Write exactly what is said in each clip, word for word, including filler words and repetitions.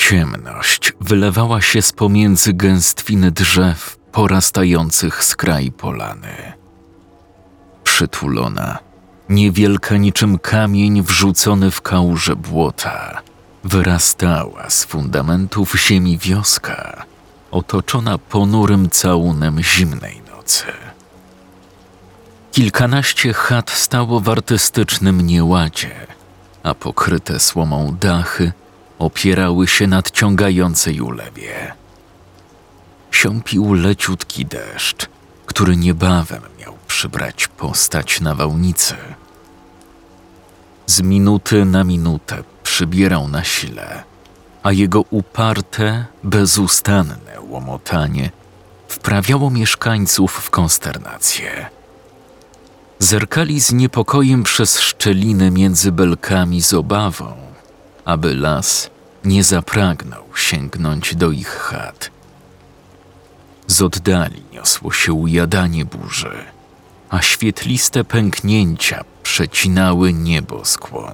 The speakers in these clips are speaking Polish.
Ciemność wylewała się z pomiędzy gęstwiny drzew porastających z kraju polany. Przytulona, niewielka niczym kamień wrzucony w kałużę błota, wyrastała z fundamentów ziemi wioska, otoczona ponurym całunem zimnej nocy. Kilkanaście chat stało w artystycznym nieładzie, a pokryte słomą dachy opierały się na ciągającej ulewie. Siąpił leciutki deszcz, który niebawem miał przybrać postać nawałnicy. Z minuty na minutę przybierał na sile, a jego uparte, bezustanne łomotanie wprawiało mieszkańców w konsternację. Zerkali z niepokojem przez szczeliny między belkami z obawą, aby las nie zapragnął sięgnąć do ich chat. Z oddali niosło się ujadanie burzy, a świetliste pęknięcia przecinały nieboskłon.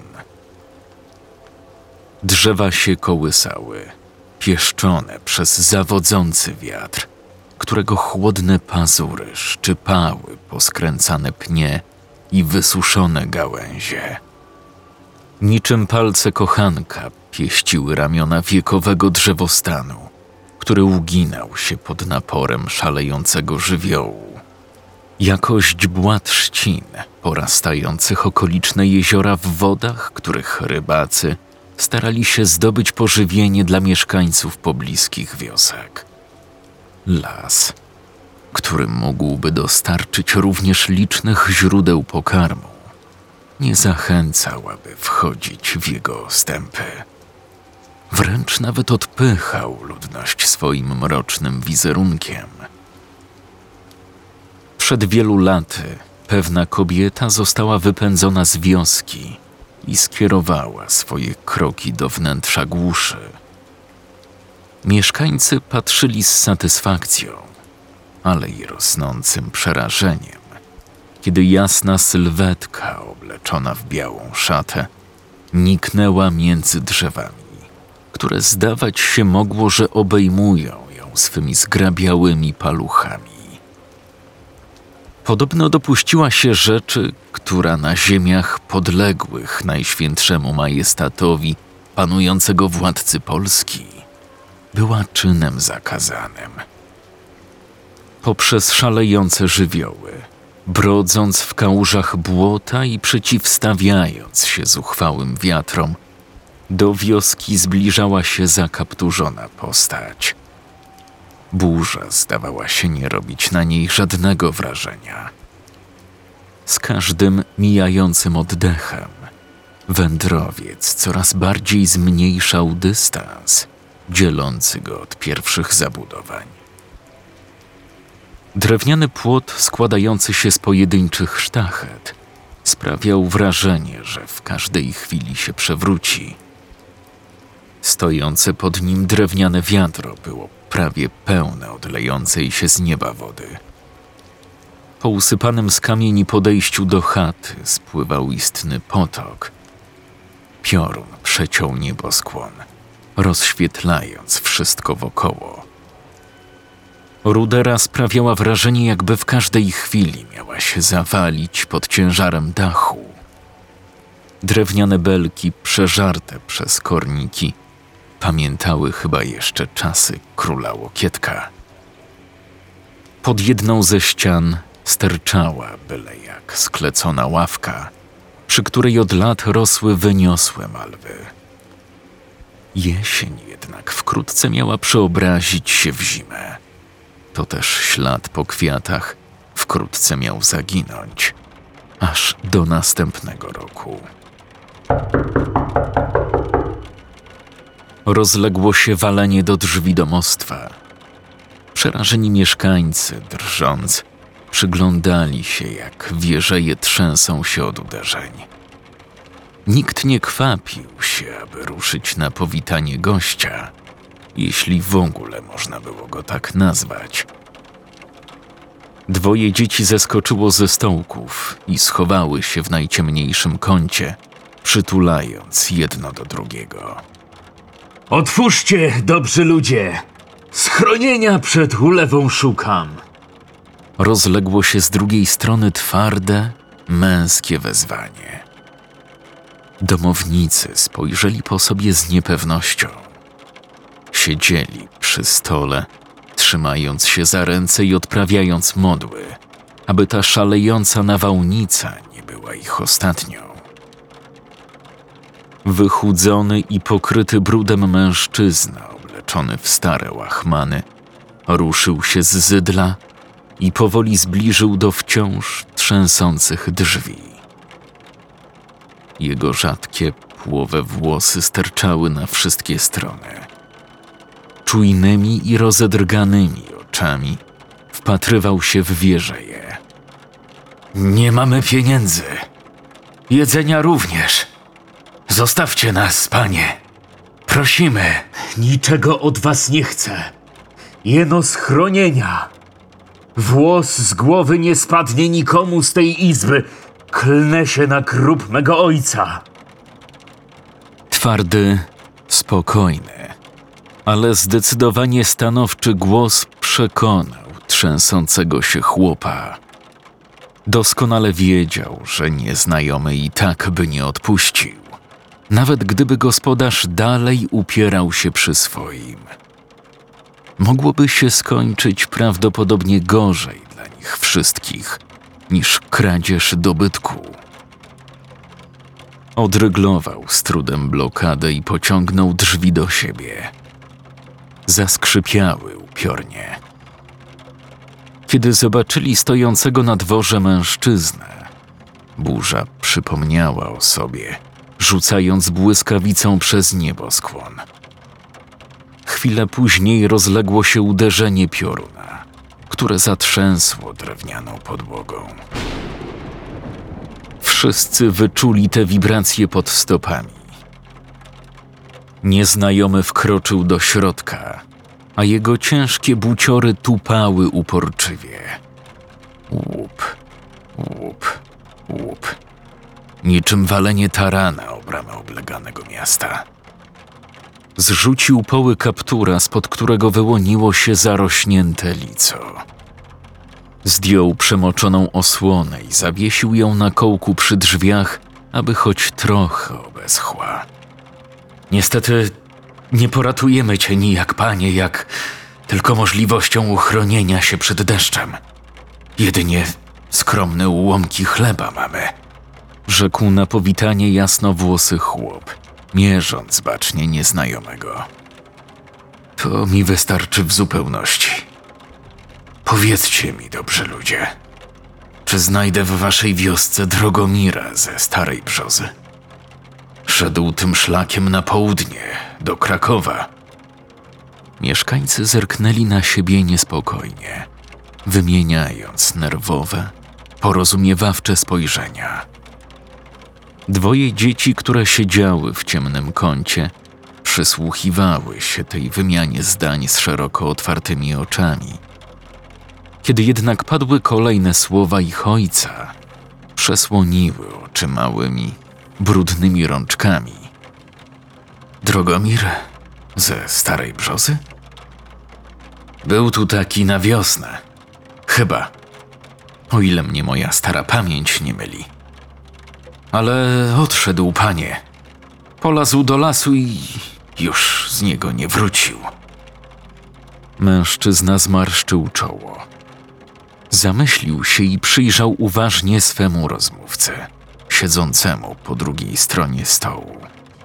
Drzewa się kołysały, pieszczone przez zawodzący wiatr, którego chłodne pazury szczypały poskręcane pnie i wysuszone gałęzie. Niczym palce kochanka pieściły ramiona wiekowego drzewostanu, który uginał się pod naporem szalejącego żywiołu. Jakość źdźbła trzcin porastających okoliczne jeziora w wodach, których rybacy starali się zdobyć pożywienie dla mieszkańców pobliskich wiosek. Las, który mógłby dostarczyć również licznych źródeł pokarmu, nie zachęcał, aby wchodzić w jego ostępy. Wręcz nawet odpychał ludność swoim mrocznym wizerunkiem. Przed wielu laty pewna kobieta została wypędzona z wioski i skierowała swoje kroki do wnętrza głuszy. Mieszkańcy patrzyli z satysfakcją, ale i rosnącym przerażeniem, kiedy jasna sylwetka obleczona w białą szatę niknęła między drzewami, które zdawać się mogło, że obejmują ją swymi zgrabiałymi paluchami. Podobno dopuściła się rzeczy, która na ziemiach podległych Najświętszemu Majestatowi panującego władcy Polski była czynem zakazanym. Poprzez szalejące żywioły, brodząc w kałużach błota i przeciwstawiając się zuchwałym wiatrom, do wioski zbliżała się zakapturzona postać. Burza zdawała się nie robić na niej żadnego wrażenia. Z każdym mijającym oddechem wędrowiec coraz bardziej zmniejszał dystans dzielący go od pierwszych zabudowań. Drewniany płot składający się z pojedynczych sztachet sprawiał wrażenie, że w każdej chwili się przewróci. Stojące pod nim drewniane wiadro było prawie pełne odlejącej się z nieba wody. Po usypanym z kamieni podejściu do chaty spływał istny potok. Piorun przeciął nieboskłon, rozświetlając wszystko wokoło. Rudera sprawiała wrażenie, jakby w każdej chwili miała się zawalić pod ciężarem dachu. Drewniane belki przeżarte przez korniki pamiętały chyba jeszcze czasy króla Łokietka. Pod jedną ze ścian sterczała byle jak sklecona ławka, przy której od lat rosły wyniosłe malwy. Jesień jednak wkrótce miała przeobrazić się w zimę. To też ślad po kwiatach wkrótce miał zaginąć, aż do następnego roku. Rozległo się walenie do drzwi domostwa. Przerażeni mieszkańcy, drżąc, przyglądali się, jak wieżeje trzęsą się od uderzeń. Nikt nie kwapił się, aby ruszyć na powitanie gościa, jeśli w ogóle można było go tak nazwać. Dwoje dzieci zeskoczyło ze stołków i schowały się w najciemniejszym kącie, przytulając jedno do drugiego. Otwórzcie, dobrzy ludzie! Schronienia przed ulewą szukam! Rozległo się z drugiej strony twarde, męskie wezwanie. Domownicy spojrzeli po sobie z niepewnością. Siedzieli przy stole, trzymając się za ręce i odprawiając modły, aby ta szalejąca nawałnica nie była ich ostatnią. Wychudzony i pokryty brudem mężczyzna, obleczony w stare łachmany, ruszył się z zydla i powoli zbliżył do wciąż trzęsących drzwi. Jego rzadkie, płowe włosy sterczały na wszystkie strony. Czujnymi i rozedrganymi oczami wpatrywał się w wieżeję. Nie mamy pieniędzy. Jedzenia również. Zostawcie nas, panie. Prosimy. Niczego od was nie chcę. Jeno schronienia. Włos z głowy nie spadnie nikomu z tej izby. Klnę się na grób mego ojca. Twardy, spokojny, ale zdecydowanie stanowczy głos przekonał trzęsącego się chłopa. Doskonale wiedział, że nieznajomy i tak by nie odpuścił, nawet gdyby gospodarz dalej upierał się przy swoim. Mogłoby się skończyć prawdopodobnie gorzej dla nich wszystkich niż kradzież dobytku. Odryglował z trudem blokadę i pociągnął drzwi do siebie. Zaskrzypiały upiornie. Kiedy zobaczyli stojącego na dworze mężczyznę, burza przypomniała o sobie, rzucając błyskawicą przez nieboskłon. Chwilę później rozległo się uderzenie pioruna, które zatrzęsło drewnianą podłogą. Wszyscy wyczuli te wibracje pod stopami. Nieznajomy wkroczył do środka, a jego ciężkie buciory tupały uporczywie. Łup, łup, łup. Niczym walenie tarana o bramę obleganego miasta. Zrzucił poły kaptura, spod którego wyłoniło się zarośnięte lico. Zdjął przemoczoną osłonę i zawiesił ją na kołku przy drzwiach, aby choć trochę obeschła. Niestety nie poratujemy cię nijak, panie, jak tylko możliwością uchronienia się przed deszczem. Jedynie skromne ułomki chleba mamy, rzekł na powitanie jasnowłosy chłop, mierząc bacznie nieznajomego. To mi wystarczy w zupełności. Powiedzcie mi, dobrzy ludzie, czy znajdę w waszej wiosce Drogomira ze Starej Brzozy? Szedł tym szlakiem na południe, do Krakowa. Mieszkańcy zerknęli na siebie niespokojnie, wymieniając nerwowe, porozumiewawcze spojrzenia. Dwoje dzieci, które siedziały w ciemnym kącie, przysłuchiwały się tej wymianie zdań z szeroko otwartymi oczami. Kiedy jednak padły kolejne słowa ich ojca, przesłoniły oczy małymi, brudnymi rączkami. Drogomir ze Starej Brzozy? Był tu taki na wiosnę. Chyba. O ile mnie moja stara pamięć nie myli. Ale odszedł, panie. Polazł do lasu i już z niego nie wrócił. Mężczyzna zmarszczył czoło. Zamyślił się i przyjrzał uważnie swemu rozmówcy, siedzącemu po drugiej stronie stołu.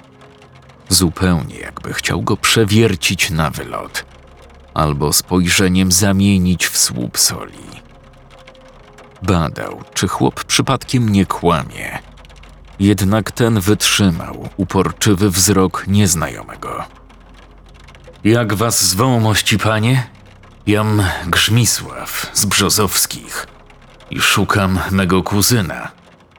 Zupełnie jakby chciał go przewiercić na wylot, albo spojrzeniem zamienić w słup soli. Badał, czy chłop przypadkiem nie kłamie. Jednak ten wytrzymał uporczywy wzrok nieznajomego. Jak was zwą, mości panie? Jam Grzmisław z Brzozowskich i szukam mego kuzyna.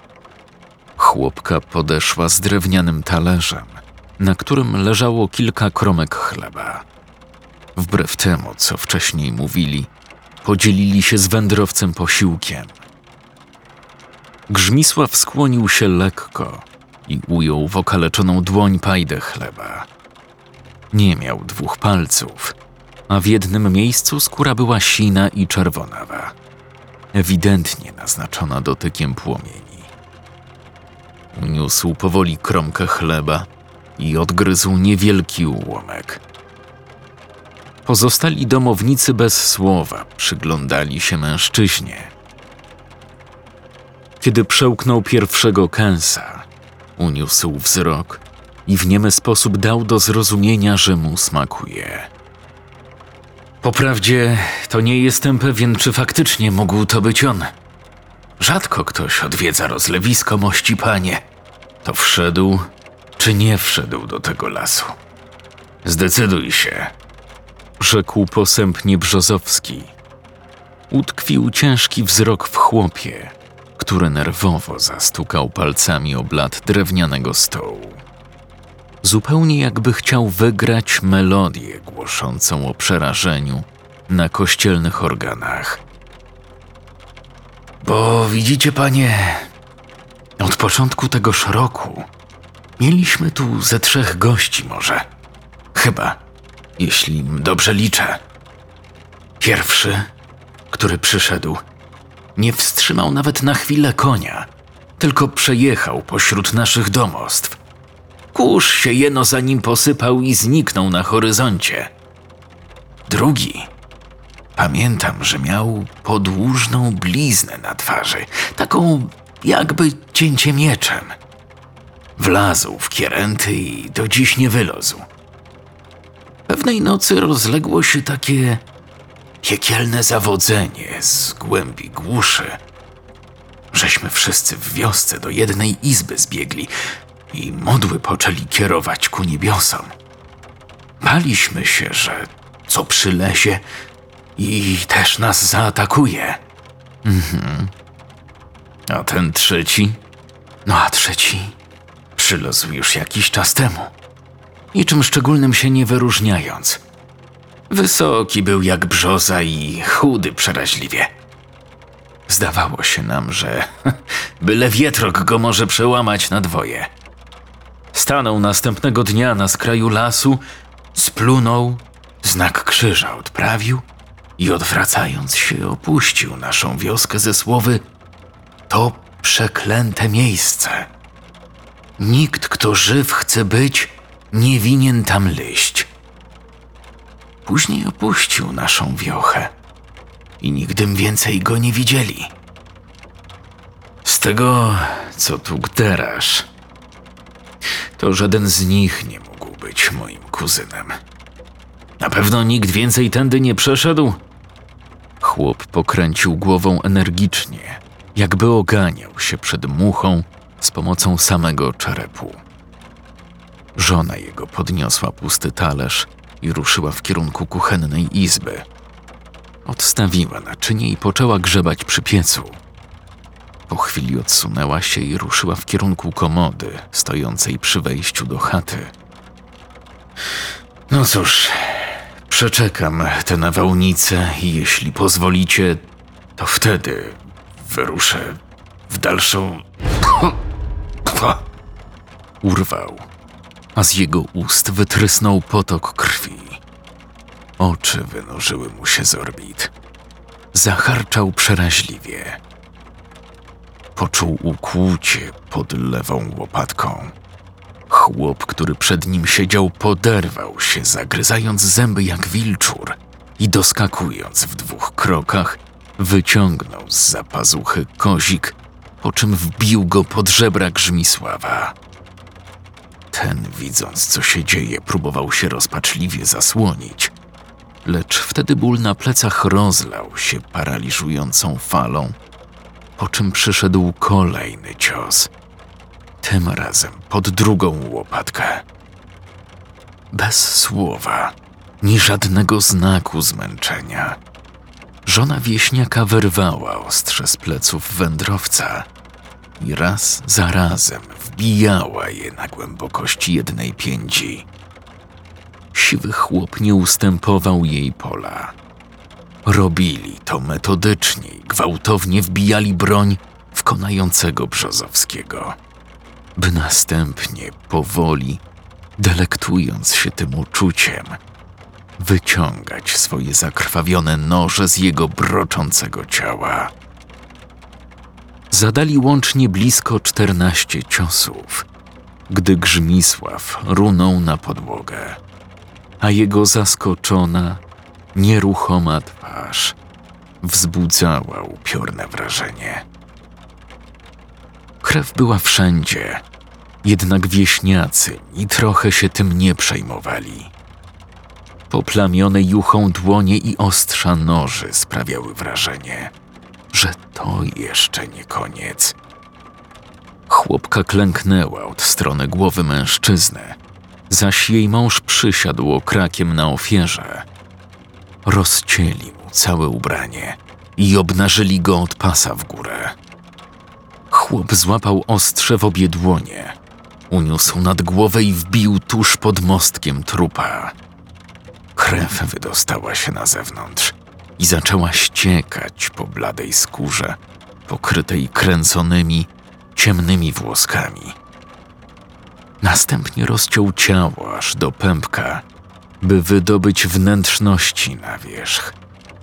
Chłopka podeszła z drewnianym talerzem, na którym leżało kilka kromek chleba. Wbrew temu, co wcześniej mówili, podzielili się z wędrowcem posiłkiem. Grzmisław skłonił się lekko i ujął w okaleczoną dłoń pajdę chleba. Nie miał dwóch palców, a w jednym miejscu skóra była sina i czerwonawa, ewidentnie naznaczona dotykiem płomieni. Uniósł powoli kromkę chleba i odgryzł niewielki ułamek. Pozostali domownicy bez słowa przyglądali się mężczyźnie. Kiedy przełknął pierwszego kęsa, uniósł wzrok i w niemy sposób dał do zrozumienia, że mu smakuje. Poprawdzie to nie jestem pewien, czy faktycznie mógł to być on. Rzadko ktoś odwiedza rozlewisko, mości panie. To wszedł, czy nie wszedł do tego lasu? Zdecyduj się, rzekł posępnie Brzozowski. Utkwił ciężki wzrok w chłopie, który nerwowo zastukał palcami o blat drewnianego stołu. Zupełnie jakby chciał wygrać melodię głoszącą o przerażeniu na kościelnych organach. Bo widzicie, panie, od początku tegoż roku mieliśmy tu ze trzech gości może. Chyba, jeśli dobrze liczę. Pierwszy, który przyszedł, nie wstrzymał nawet na chwilę konia, tylko przejechał pośród naszych domostw. Kurz się jeno za nim posypał i zniknął na horyzoncie. Drugi, pamiętam, że miał podłużną bliznę na twarzy, taką jakby cięcie mieczem. Wlazł w kieręty i do dziś nie wylozł. Pewnej nocy rozległo się takie piekielne zawodzenie z głębi głuszy, żeśmy wszyscy w wiosce do jednej izby zbiegli i modły poczęli kierować ku niebiosom. Baliśmy się, że co przylesie i też nas zaatakuje. Mhm. A ten trzeci? No a trzeci przylazł już jakiś czas temu, niczym szczególnym się nie wyróżniając. Wysoki był jak brzoza i chudy przeraźliwie. Zdawało się nam, że byle wietrok go może przełamać na dwoje. Stanął następnego dnia na skraju lasu, splunął, znak krzyża odprawił i odwracając się opuścił naszą wioskę ze słowy: to przeklęte miejsce. Nikt, kto żyw chce być, nie winien tam lyść. Później opuścił naszą wiochę i nigdy więcej go nie widzieli. Z tego, co tu gderasz, to żaden z nich nie mógł być moim kuzynem. Na pewno nikt więcej tędy nie przeszedł? Chłop pokręcił głową energicznie, jakby oganiał się przed muchą z pomocą samego czerepu. Żona jego podniosła pusty talerz i ruszyła w kierunku kuchennej izby. Odstawiła naczynie i poczęła grzebać przy piecu. Po chwili odsunęła się i ruszyła w kierunku komody stojącej przy wejściu do chaty. No cóż, przeczekam tę nawałnicę i jeśli pozwolicie, to wtedy wyruszę w dalszą... Urwał, a z jego ust wytrysnął potok krwi. Oczy wynurzyły mu się z orbit. Zacharczał przeraźliwie. Poczuł ukłucie pod lewą łopatką. Chłop, który przed nim siedział, poderwał się, zagryzając zęby jak wilczur i doskakując w dwóch krokach, wyciągnął z zapazuchy kozik, po czym wbił go pod żebra Grzmisława. Ten, widząc, co się dzieje, próbował się rozpaczliwie zasłonić, lecz wtedy ból na plecach rozlał się paraliżującą falą, po czym przyszedł kolejny cios, tym razem pod drugą łopatkę. Bez słowa, ni żadnego znaku zmęczenia, żona wieśniaka wyrwała ostrze z pleców wędrowca i raz za razem wbijała je na głębokości jednej piędzi. Siwy chłop nie ustępował jej pola. Robili to metodycznie i gwałtownie wbijali broń w konającego Brzozowskiego, by następnie powoli, delektując się tym uczuciem, wyciągać swoje zakrwawione noże z jego broczącego ciała. Zadali łącznie blisko czternaście ciosów, gdy Grzmisław runął na podłogę, a jego zaskoczona, nieruchoma twarz wzbudzała upiorne wrażenie. Krew była wszędzie, jednak wieśniacy ni trochę się tym nie przejmowali. Poplamione juchą dłonie i ostrza noży sprawiały wrażenie, że to jeszcze nie koniec. Chłopka klęknęła od strony głowy mężczyzny, zaś jej mąż przysiadł okrakiem na ofierze. Rozcięli mu całe ubranie i obnażyli go od pasa w górę. Chłop złapał ostrze w obie dłonie, uniósł nad głowę i wbił tuż pod mostkiem trupa. Krew wydostała się na zewnątrz i zaczęła ściekać po bladej skórze, pokrytej kręconymi, ciemnymi włoskami. Następnie rozciął ciało aż do pępka, by wydobyć wnętrzności na wierzch.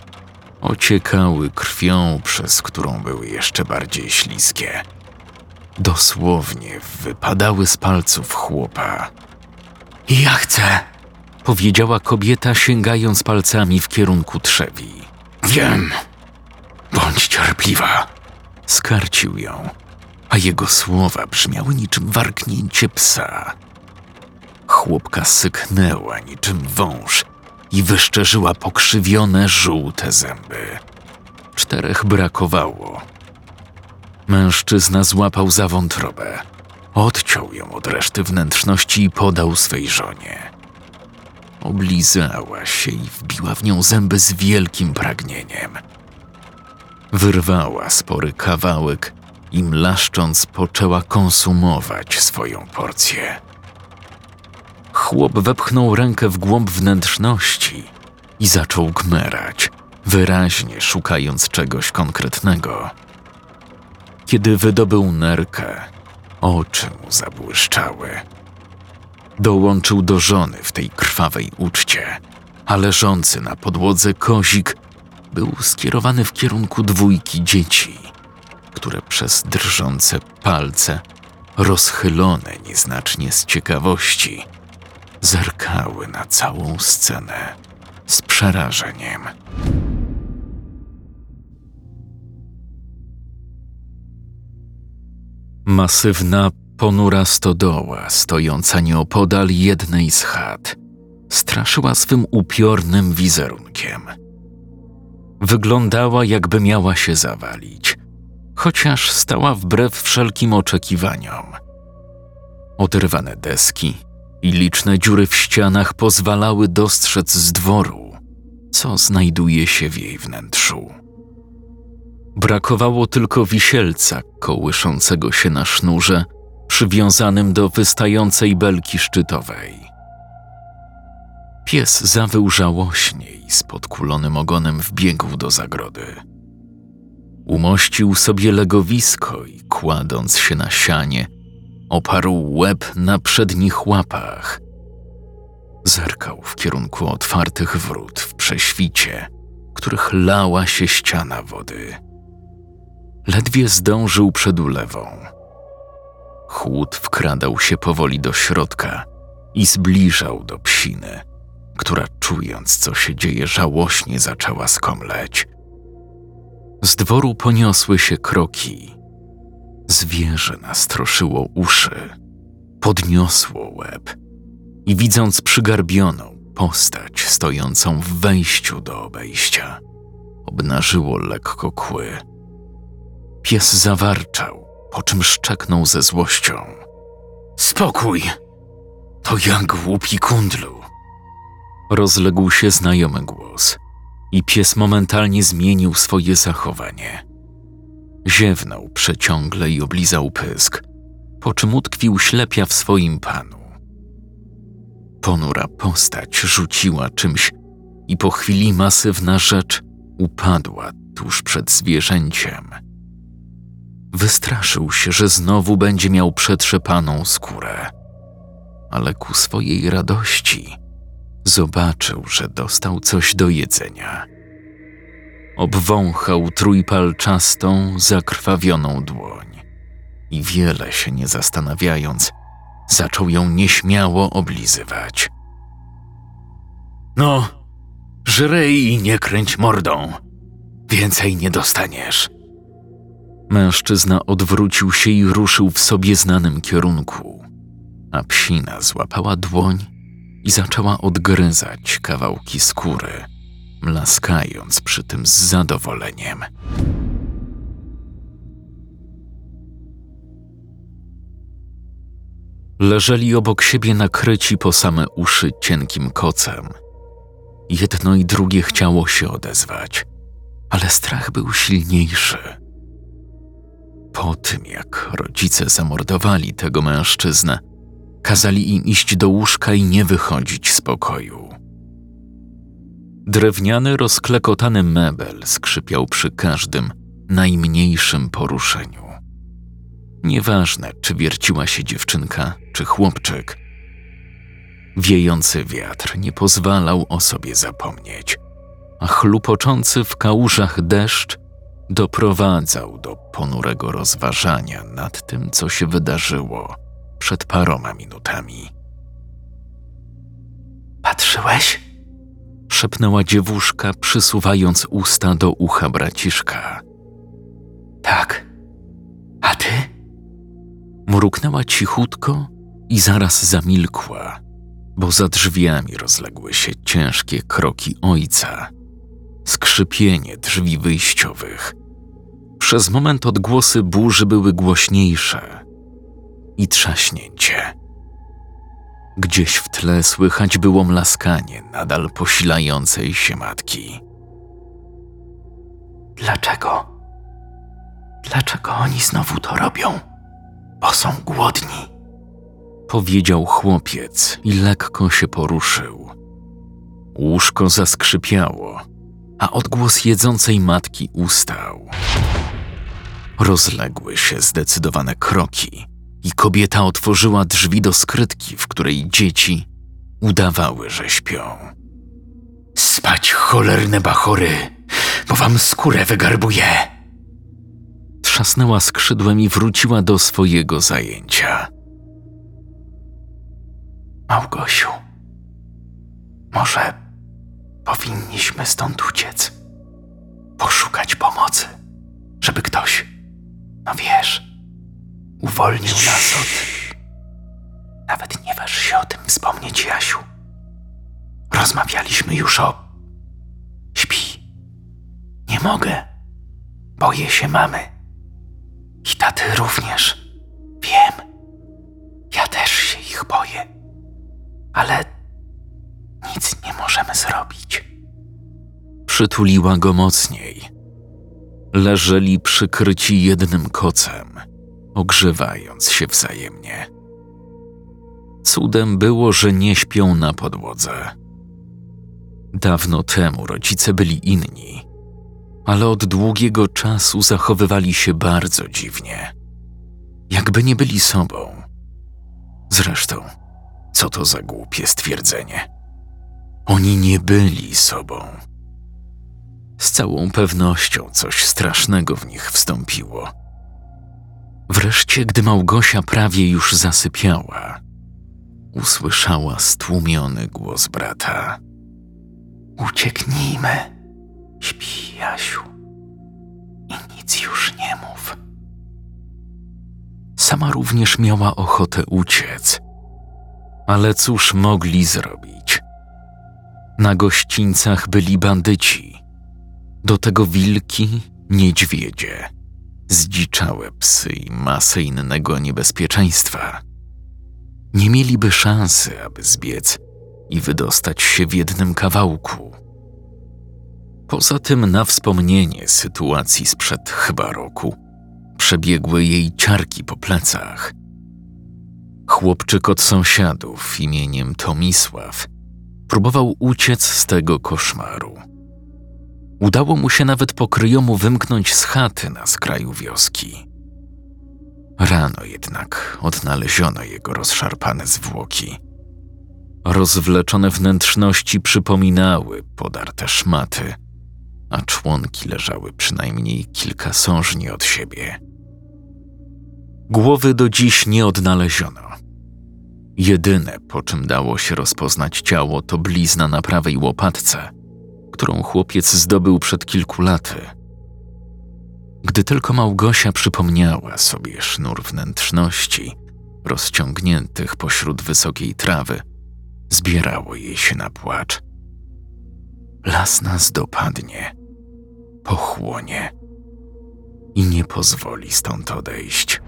Ociekały krwią, przez którą były jeszcze bardziej śliskie. Dosłownie wypadały z palców chłopa. Ja chcę, powiedziała kobieta, sięgając palcami w kierunku trzewi. Wiem, bądź cierpliwa, skarcił ją, a jego słowa brzmiały niczym warknięcie psa. Chłopka syknęła niczym wąż i wyszczerzyła pokrzywione, żółte zęby. Czterech brakowało. Mężczyzna złapał za wątrobę, odciął ją od reszty wnętrzności i podał swej żonie. Oblizała się i wbiła w nią zęby z wielkim pragnieniem. Wyrwała spory kawałek i mlaszcząc poczęła konsumować swoją porcję. Chłop wepchnął rękę w głąb wnętrzności i zaczął gmerać, wyraźnie szukając czegoś konkretnego. Kiedy wydobył nerkę, oczy mu zabłyszczały. Dołączył do żony w tej krwawej uczcie, a leżący na podłodze kozik był skierowany w kierunku dwójki dzieci, które przez drżące palce, rozchylone nieznacznie z ciekawości, zerkały na całą scenę z przerażeniem. Masywna, ponura stodoła, stojąca nieopodal jednej z chat, straszyła swym upiornym wizerunkiem. Wyglądała, jakby miała się zawalić, chociaż stała wbrew wszelkim oczekiwaniom. Oderwane deski i liczne dziury w ścianach pozwalały dostrzec z dworu, co znajduje się w jej wnętrzu. Brakowało tylko wisielca kołyszącego się na sznurze, przywiązanym do wystającej belki szczytowej. Pies zawył żałośnie i z podkulonym ogonem wbiegł do zagrody. Umościł sobie legowisko i kładąc się na sianie, oparł łeb na przednich łapach. Zerkał w kierunku otwartych wrót w prześwicie, których lała się ściana wody. Ledwie zdążył przed ulewą. Chłód wkradał się powoli do środka i zbliżał do psiny, która czując, co się dzieje, żałośnie zaczęła skomleć. Z dworu poniosły się kroki. Zwierzę nastroszyło uszy, podniosło łeb i widząc przygarbioną postać stojącą w wejściu do obejścia, obnażyło lekko kły. Pies zawarczał, po czym szczeknął ze złością. Spokój! To ja, głupi kundlu! Rozległ się znajomy głos i pies momentalnie zmienił swoje zachowanie. Ziewnął przeciągle i oblizał pysk, po czym utkwił ślepia w swoim panu. Ponura postać rzuciła czymś i po chwili masywna rzecz upadła tuż przed zwierzęciem. Wystraszył się, że znowu będzie miał przetrzepaną skórę, ale ku swojej radości zobaczył, że dostał coś do jedzenia. Obwąchał trójpalczastą, zakrwawioną dłoń i wiele się nie zastanawiając, zaczął ją nieśmiało oblizywać. No, żryj i nie kręć mordą. Więcej nie dostaniesz. Mężczyzna odwrócił się i ruszył w sobie znanym kierunku, a psina złapała dłoń i zaczęła odgryzać kawałki skóry, mlaskając przy tym z zadowoleniem. Leżeli obok siebie nakryci po same uszy cienkim kocem. Jedno i drugie chciało się odezwać, ale strach był silniejszy. Po tym, jak rodzice zamordowali tego mężczyznę, kazali im iść do łóżka i nie wychodzić z pokoju. Drewniany, rozklekotany mebel skrzypiał przy każdym, najmniejszym poruszeniu. Nieważne, czy wierciła się dziewczynka, czy chłopczyk. Wiejący wiatr nie pozwalał o sobie zapomnieć, a chlupoczący w kałużach deszcz doprowadzał do ponurego rozważania nad tym, co się wydarzyło przed paroma minutami. Patrzyłeś? Szepnęła dziewuszka, przysuwając usta do ucha braciszka. Tak. A ty? Mruknęła cichutko i zaraz zamilkła, bo za drzwiami rozległy się ciężkie kroki ojca, skrzypienie drzwi wyjściowych. Przez moment odgłosy burzy były głośniejsze i trzaśnięcie. Gdzieś w tle słychać było mlaskanie nadal posilającej się matki. Dlaczego? Dlaczego oni znowu to robią? Bo są głodni. Powiedział chłopiec i lekko się poruszył. Łóżko zaskrzypiało, a odgłos jedzącej matki ustał. Rozległy się zdecydowane kroki i kobieta otworzyła drzwi do skrytki, w której dzieci udawały, że śpią. Spać, cholerne bachory, bo wam skórę wygarbuję! Trzasnęła skrzydłem i wróciła do swojego zajęcia. Małgosiu, może powinniśmy stąd uciec, poszukać pomocy, żeby ktoś, no wiesz, uwolnił nas od... Nawet nie waż się o tym wspomnieć, Jasiu. Rozmawialiśmy już o... Śpi. Nie mogę. Boję się mamy. I taty również. Wiem. Ja też się ich boję. Ale nic nie możemy zrobić. Przytuliła go mocniej. Leżeli przykryci jednym kocem, ogrzewając się wzajemnie. Cudem było, że nie śpią na podłodze. Dawno temu rodzice byli inni, ale od długiego czasu zachowywali się bardzo dziwnie. Jakby nie byli sobą. Zresztą, co to za głupie stwierdzenie? Oni nie byli sobą. Z całą pewnością coś strasznego w nich wstąpiło. Wreszcie, gdy Małgosia prawie już zasypiała, usłyszała stłumiony głos brata. Ucieknijmy. Śpi, Jasiu. I nic już nie mów. Sama również miała ochotę uciec. Ale cóż mogli zrobić? Na gościńcach byli bandyci. Do tego wilki, niedźwiedzie, zdziczałe psy i masę innego niebezpieczeństwa. Nie mieliby szansy, aby zbiec i wydostać się w jednym kawałku. Poza tym na wspomnienie sytuacji sprzed chyba roku przebiegły jej ciarki po plecach. Chłopczyk od sąsiadów imieniem Tomisław próbował uciec z tego koszmaru. Udało mu się nawet po kryjomu wymknąć z chaty na skraju wioski. Rano jednak odnaleziono jego rozszarpane zwłoki Rozwleczone wnętrzności przypominały podarte szmaty, a członki leżały przynajmniej kilka sążni od siebie. Głowy do dziś nie odnaleziono. Jedyne, po czym dało się rozpoznać ciało, to blizna na prawej łopatce, którą chłopiec zdobył przed kilku laty. Gdy tylko Małgosia przypomniała sobie sznur wnętrzności rozciągniętych pośród wysokiej trawy, zbierało jej się na płacz. Las nas dopadnie, pochłonie i nie pozwoli stąd odejść.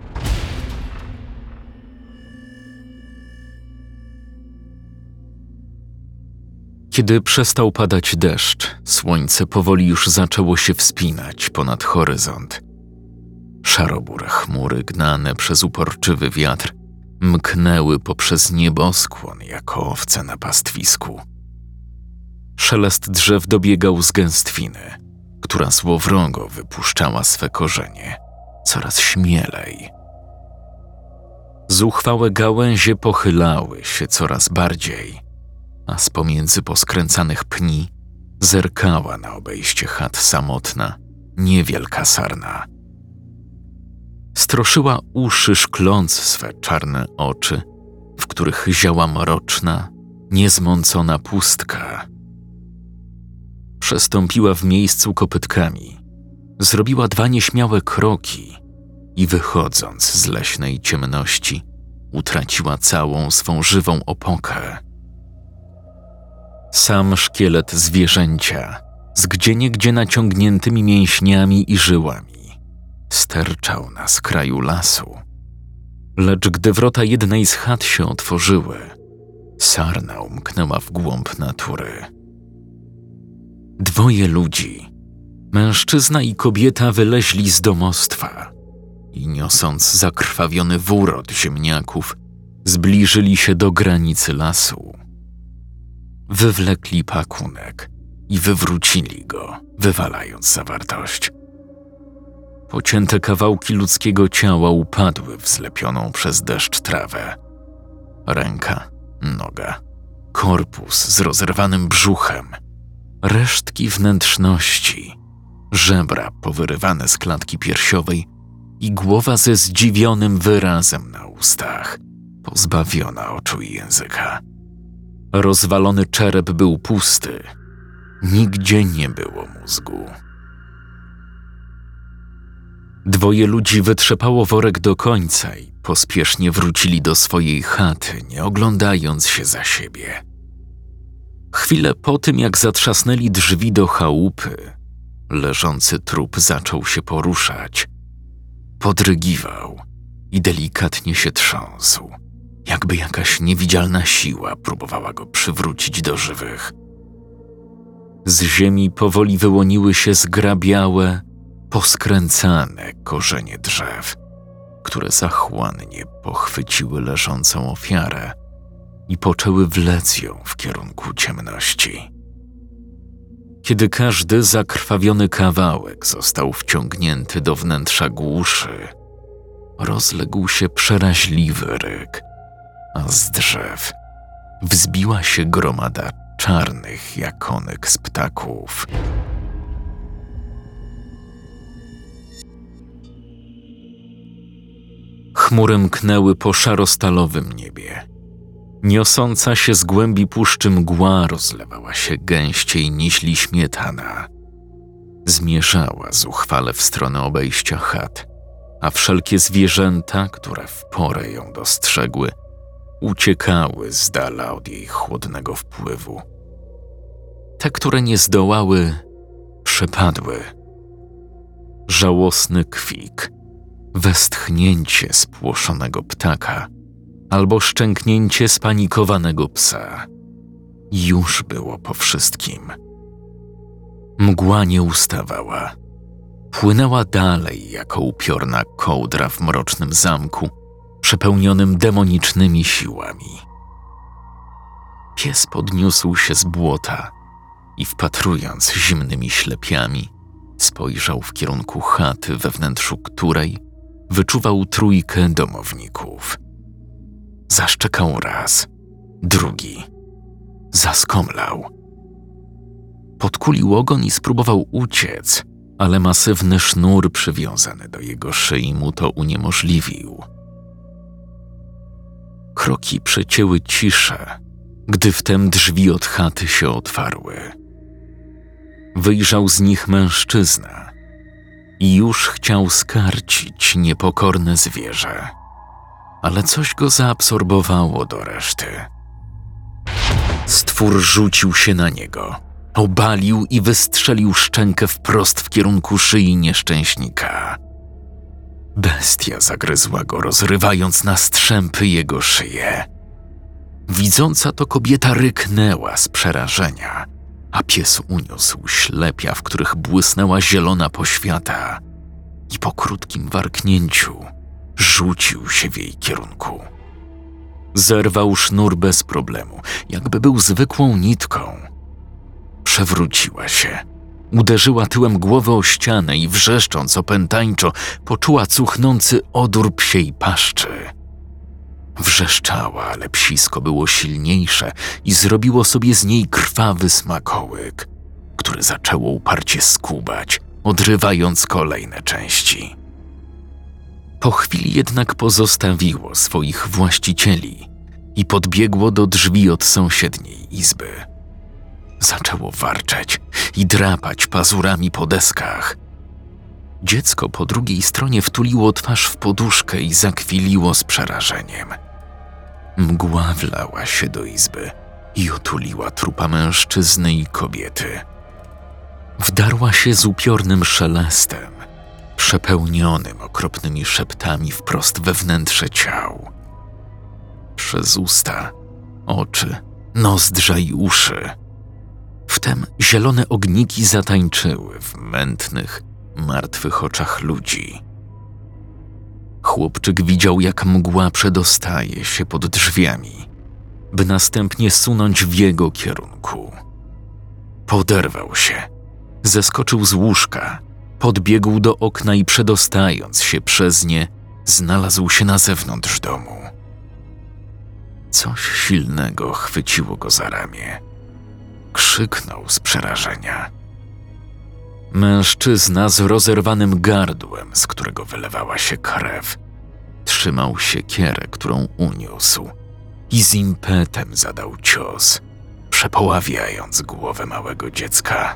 Kiedy przestał padać deszcz, słońce powoli już zaczęło się wspinać ponad horyzont. Szarobure chmury gnane przez uporczywy wiatr mknęły poprzez nieboskłon jako owce na pastwisku. Szelest drzew dobiegał z gęstwiny, która złowrogo wypuszczała swe korzenie coraz śmielej. Zuchwałe gałęzie pochylały się coraz bardziej, a z pomiędzy poskręcanych pni zerkała na obejście chat samotna, niewielka sarna. Stroszyła uszy, szkląc swe czarne oczy, w których ziała mroczna, niezmącona pustka. Przestąpiła w miejscu kopytkami, zrobiła dwa nieśmiałe kroki i wychodząc z leśnej ciemności, utraciła całą swą żywą opokę. Sam szkielet zwierzęcia, z gdzieniegdzie naciągniętymi mięśniami i żyłami, sterczał na skraju lasu. Lecz gdy wrota jednej z chat się otworzyły, sarna umknęła w głąb natury. Dwoje ludzi, mężczyzna i kobieta, wyleźli z domostwa i niosąc zakrwawiony wór od ziemniaków, zbliżyli się do granicy lasu. Wywlekli pakunek i wywrócili go, wywalając zawartość. Pocięte kawałki ludzkiego ciała upadły w zlepioną przez deszcz trawę. Ręka, noga, korpus z rozerwanym brzuchem, resztki wnętrzności, żebra powyrywane z klatki piersiowej i głowa ze zdziwionym wyrazem na ustach, pozbawiona oczu i języka. Rozwalony czerep był pusty, nigdzie nie było mózgu. Dwoje ludzi wytrzepało worek do końca i pospiesznie wrócili do swojej chaty, nie oglądając się za siebie. Chwilę po tym, jak zatrzasnęli drzwi do chałupy, leżący trup zaczął się poruszać. Podrygiwał i delikatnie się trząsł, jakby jakaś niewidzialna siła próbowała go przywrócić do żywych. Z ziemi powoli wyłoniły się zgrabiałe, poskręcane korzenie drzew, które zachłannie pochwyciły leżącą ofiarę i poczęły wlec ją w kierunku ciemności. Kiedy każdy zakrwawiony kawałek został wciągnięty do wnętrza głuszy, rozległ się przeraźliwy ryk, a z drzew wzbiła się gromada czarnych jakonek z ptaków. Chmury mknęły po szarostalowym niebie. Niosąca się z głębi puszczy mgła rozlewała się gęściej niźli śmietana. Zmierzała zuchwale w stronę obejścia chat, a wszelkie zwierzęta, które w porę ją dostrzegły, uciekały z dala od jej chłodnego wpływu. Te, które nie zdołały, przepadły. Żałosny kwik, westchnięcie spłoszonego ptaka albo szczęknięcie spanikowanego psa. Już było po wszystkim. Mgła nie ustawała. Płynęła dalej jako upiorna kołdra w mrocznym zamku, przepełnionym demonicznymi siłami. Pies podniósł się z błota i wpatrując zimnymi ślepiami, spojrzał w kierunku chaty, we wnętrzu której wyczuwał trójkę domowników. Zaszczekał raz, drugi Zaskomlał. Podkulił ogon i spróbował uciec, ale masywny sznur przywiązany do jego szyi mu to uniemożliwił. Kroki przecięły ciszę, gdy wtem drzwi od chaty się otwarły. Wyjrzał z nich mężczyzna i już chciał skarcić niepokorne zwierzę, ale coś go zaabsorbowało do reszty. Stwór rzucił się na niego, obalił i wystrzelił szczękę wprost w kierunku szyi nieszczęśnika. Bestia zagryzła go, rozrywając na strzępy jego szyję. Widząca to kobieta ryknęła z przerażenia, a pies uniósł ślepia, w których błysnęła zielona poświata i po krótkim warknięciu rzucił się w jej kierunku. Zerwał sznur bez problemu, jakby był zwykłą nitką. Przewróciła się, uderzyła tyłem głowy o ścianę i wrzeszcząc opętańczo poczuła cuchnący odór psiej paszczy. Wrzeszczała, ale psisko było silniejsze i zrobiło sobie z niej krwawy smakołyk, który zaczęło uparcie skubać, odrywając kolejne części. Po chwili jednak pozostawiło swoich właścicieli i podbiegło do drzwi od sąsiedniej izby. Zaczęło warczeć i drapać pazurami po deskach. Dziecko po drugiej stronie wtuliło twarz w poduszkę i zakwiliło z przerażeniem. Mgła wlała się do izby i otuliła trupa mężczyzny i kobiety. Wdarła się z upiornym szelestem, przepełnionym okropnymi szeptami wprost we wnętrze ciał. Przez usta, oczy, nozdrza i uszy. Wtem zielone ogniki zatańczyły w mętnych, martwych oczach ludzi. Chłopczyk widział, jak mgła przedostaje się pod drzwiami, by następnie sunąć w jego kierunku. Poderwał się, zeskoczył z łóżka, podbiegł do okna i przedostając się przez nie, znalazł się na zewnątrz domu. Coś silnego chwyciło go za ramię. Krzyknął z przerażenia. Mężczyzna z rozerwanym gardłem, z którego wylewała się krew, trzymał siekierę, którą uniósł i z impetem zadał cios, przepoławiając głowę małego dziecka.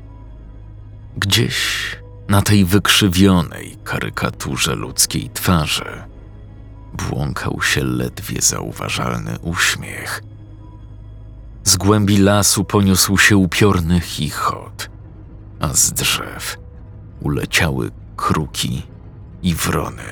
Gdzieś na tej wykrzywionej karykaturze ludzkiej twarzy błąkał się ledwie zauważalny uśmiech. Z głębi lasu poniósł się upiorny chichot, a z drzew uleciały kruki i wrony.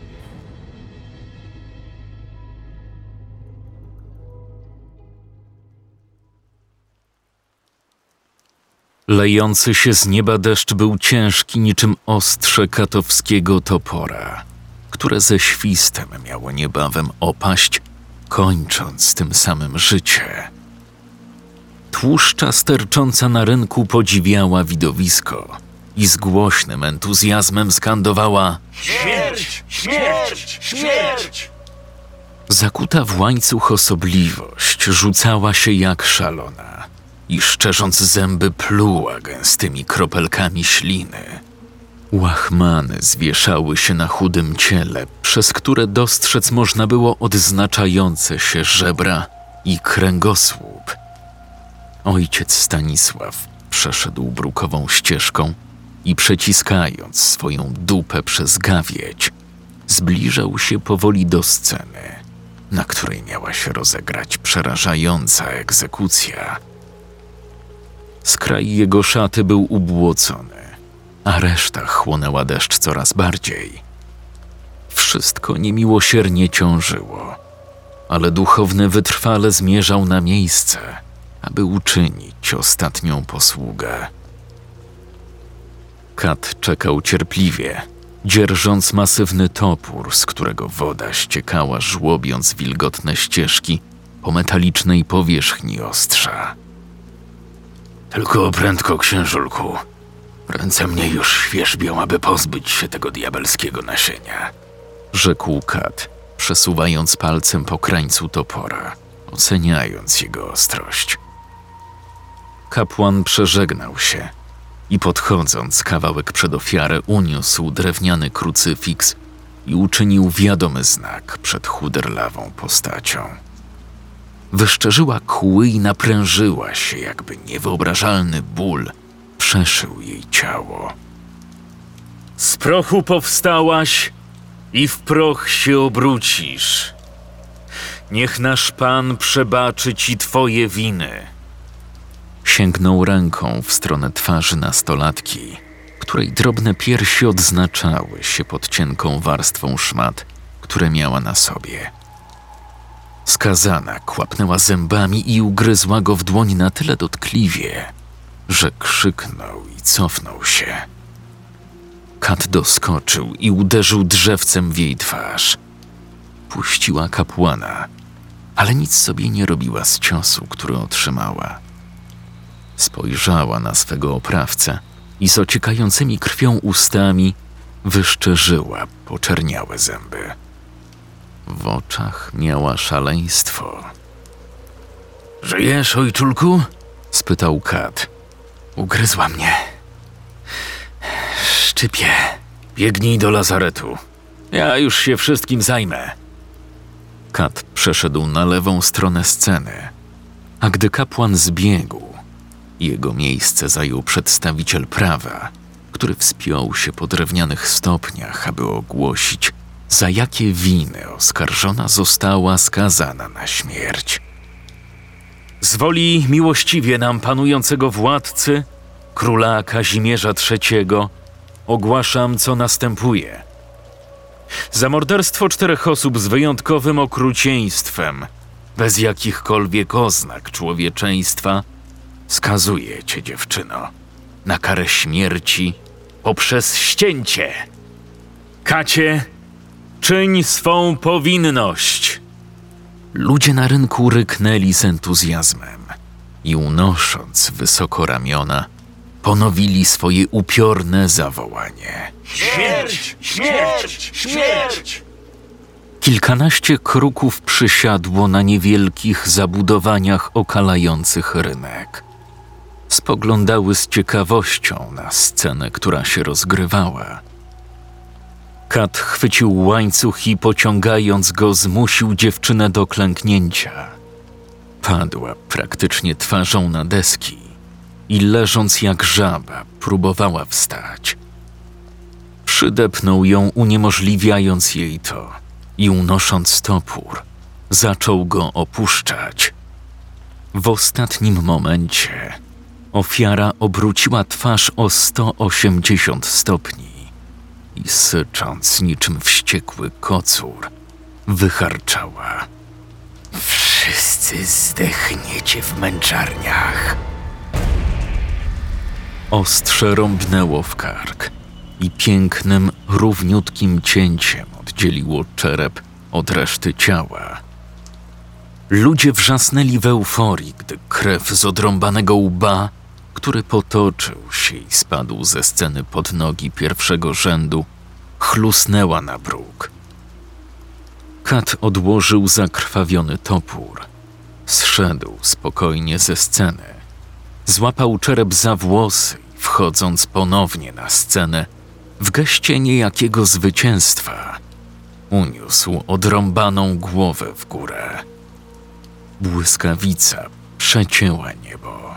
Lejący się z nieba deszcz był ciężki niczym ostrze katowskiego topora, które ze świstem miało niebawem opaść, kończąc tym samym życie. Tłuszcza stercząca na rynku podziwiała widowisko i z głośnym entuzjazmem skandowała: Śmierć! Śmierć! Śmierć! Zakuta w łańcuch osobliwość rzucała się jak szalona i szczerząc zęby pluła gęstymi kropelkami śliny. Łachmany zwieszały się na chudym ciele, przez które dostrzec można było odznaczające się żebra i kręgosłup. Ojciec Stanisław przeszedł brukową ścieżką i przeciskając swoją dupę przez gawieć, zbliżał się powoli do sceny, na której miała się rozegrać przerażająca egzekucja. Skraj jego szaty był ubłocony, a reszta chłonęła deszcz coraz bardziej. Wszystko niemiłosiernie ciążyło, ale duchowny wytrwale zmierzał na miejsce, aby uczynić ostatnią posługę. Kat czekał cierpliwie, dzierżąc masywny topór, z którego woda ściekała, żłobiąc wilgotne ścieżki po metalicznej powierzchni ostrza. Tylko prędko, księżulku. Ręce mnie już świerzbią, aby pozbyć się tego diabelskiego nasienia, rzekł Kat, przesuwając palcem po krańcu topora, oceniając jego ostrość. Kapłan przeżegnał się i podchodząc kawałek przed ofiarę uniósł drewniany krucyfiks i uczynił wiadomy znak przed chuderlawą postacią. Wyszczerzyła kły i naprężyła się, jakby niewyobrażalny ból przeszył jej ciało. Z prochu powstałaś i w proch się obrócisz. Niech nasz Pan przebaczy ci twoje winy. Sięgnął ręką w stronę twarzy nastolatki, której drobne piersi odznaczały się pod cienką warstwą szmat, które miała na sobie. Skazana kłapnęła zębami i ugryzła go w dłoń na tyle dotkliwie, że krzyknął i cofnął się. Kat doskoczył i uderzył drzewcem w jej twarz. Puściła kapłana, ale nic sobie nie robiła z ciosu, który otrzymała. Spojrzała na swego oprawcę i z ociekającymi krwią ustami wyszczerzyła poczerniałe zęby. W oczach miała szaleństwo. „Żyjesz, ojczulku?” spytał Kat. „Ugryzła mnie. Szczypie. Biegnij do lazaretu. Ja już się wszystkim zajmę.” Kat przeszedł na lewą stronę sceny, a gdy kapłan zbiegł, jego miejsce zajął przedstawiciel prawa, który wspiął się po drewnianych stopniach, aby ogłosić, za jakie winy oskarżona została skazana na śmierć. „Z woli miłościwie nam panującego władcy, króla Kazimierza trzeciego, ogłaszam, co następuje. Za morderstwo czterech osób z wyjątkowym okrucieństwem, bez jakichkolwiek oznak człowieczeństwa, skazuję cię, dziewczyno, na karę śmierci poprzez ścięcie. Kacie, czyń swą powinność.” Ludzie na rynku ryknęli z entuzjazmem i unosząc wysoko ramiona, ponowili swoje upiorne zawołanie. Śmierć! Śmierć! Śmierć! Kilkanaście kruków przysiadło na niewielkich zabudowaniach okalających rynek. Spoglądały z ciekawością na scenę, która się rozgrywała. Kat chwycił łańcuch i pociągając go zmusił dziewczynę do klęknięcia. Padła praktycznie twarzą na deski i leżąc jak żaba próbowała wstać. Przydepnął ją, uniemożliwiając jej to i unosząc topór, zaczął go opuszczać. W ostatnim momencie ofiara obróciła twarz o sto osiemdziesiąt stopni i sycząc niczym wściekły kocur, wycharczała: „Wszyscy zdechniecie w męczarniach”. Ostrze rąbnęło w kark i pięknym, równiutkim cięciem oddzieliło czerep od reszty ciała. Ludzie wrzasnęli w euforii, gdy krew z odrąbanego łba, który potoczył się i spadł ze sceny pod nogi pierwszego rzędu, chlusnęła na bruk. Kat odłożył zakrwawiony topór. Zszedł spokojnie ze sceny. Złapał czerep za włosy i wchodząc ponownie na scenę, w geście niejakiego zwycięstwa, uniósł odrąbaną głowę w górę. Błyskawica przecięła niebo.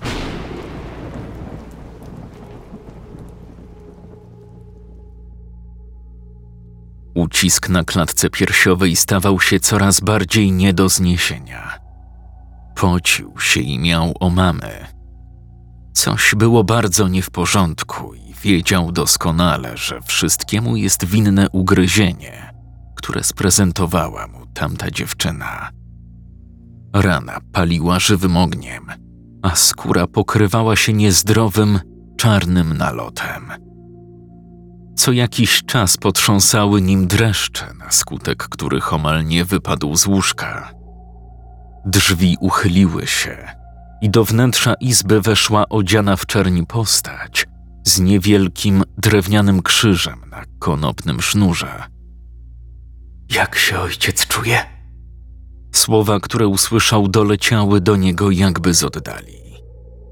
Ucisk na klatce piersiowej stawał się coraz bardziej nie do zniesienia. Pocił się i miał omamy. Coś było bardzo nie w porządku i wiedział doskonale, że wszystkiemu jest winne ugryzienie, które sprezentowała mu tamta dziewczyna. Rana paliła żywym ogniem, a skóra pokrywała się niezdrowym, czarnym nalotem. Co jakiś czas potrząsały nim dreszcze, na skutek których omal nie wypadł z łóżka. Drzwi uchyliły się i do wnętrza izby weszła odziana w czerni postać z niewielkim drewnianym krzyżem na konopnym sznurze. „Jak się ojciec czuje?” Słowa, które usłyszał, doleciały do niego jakby z oddali.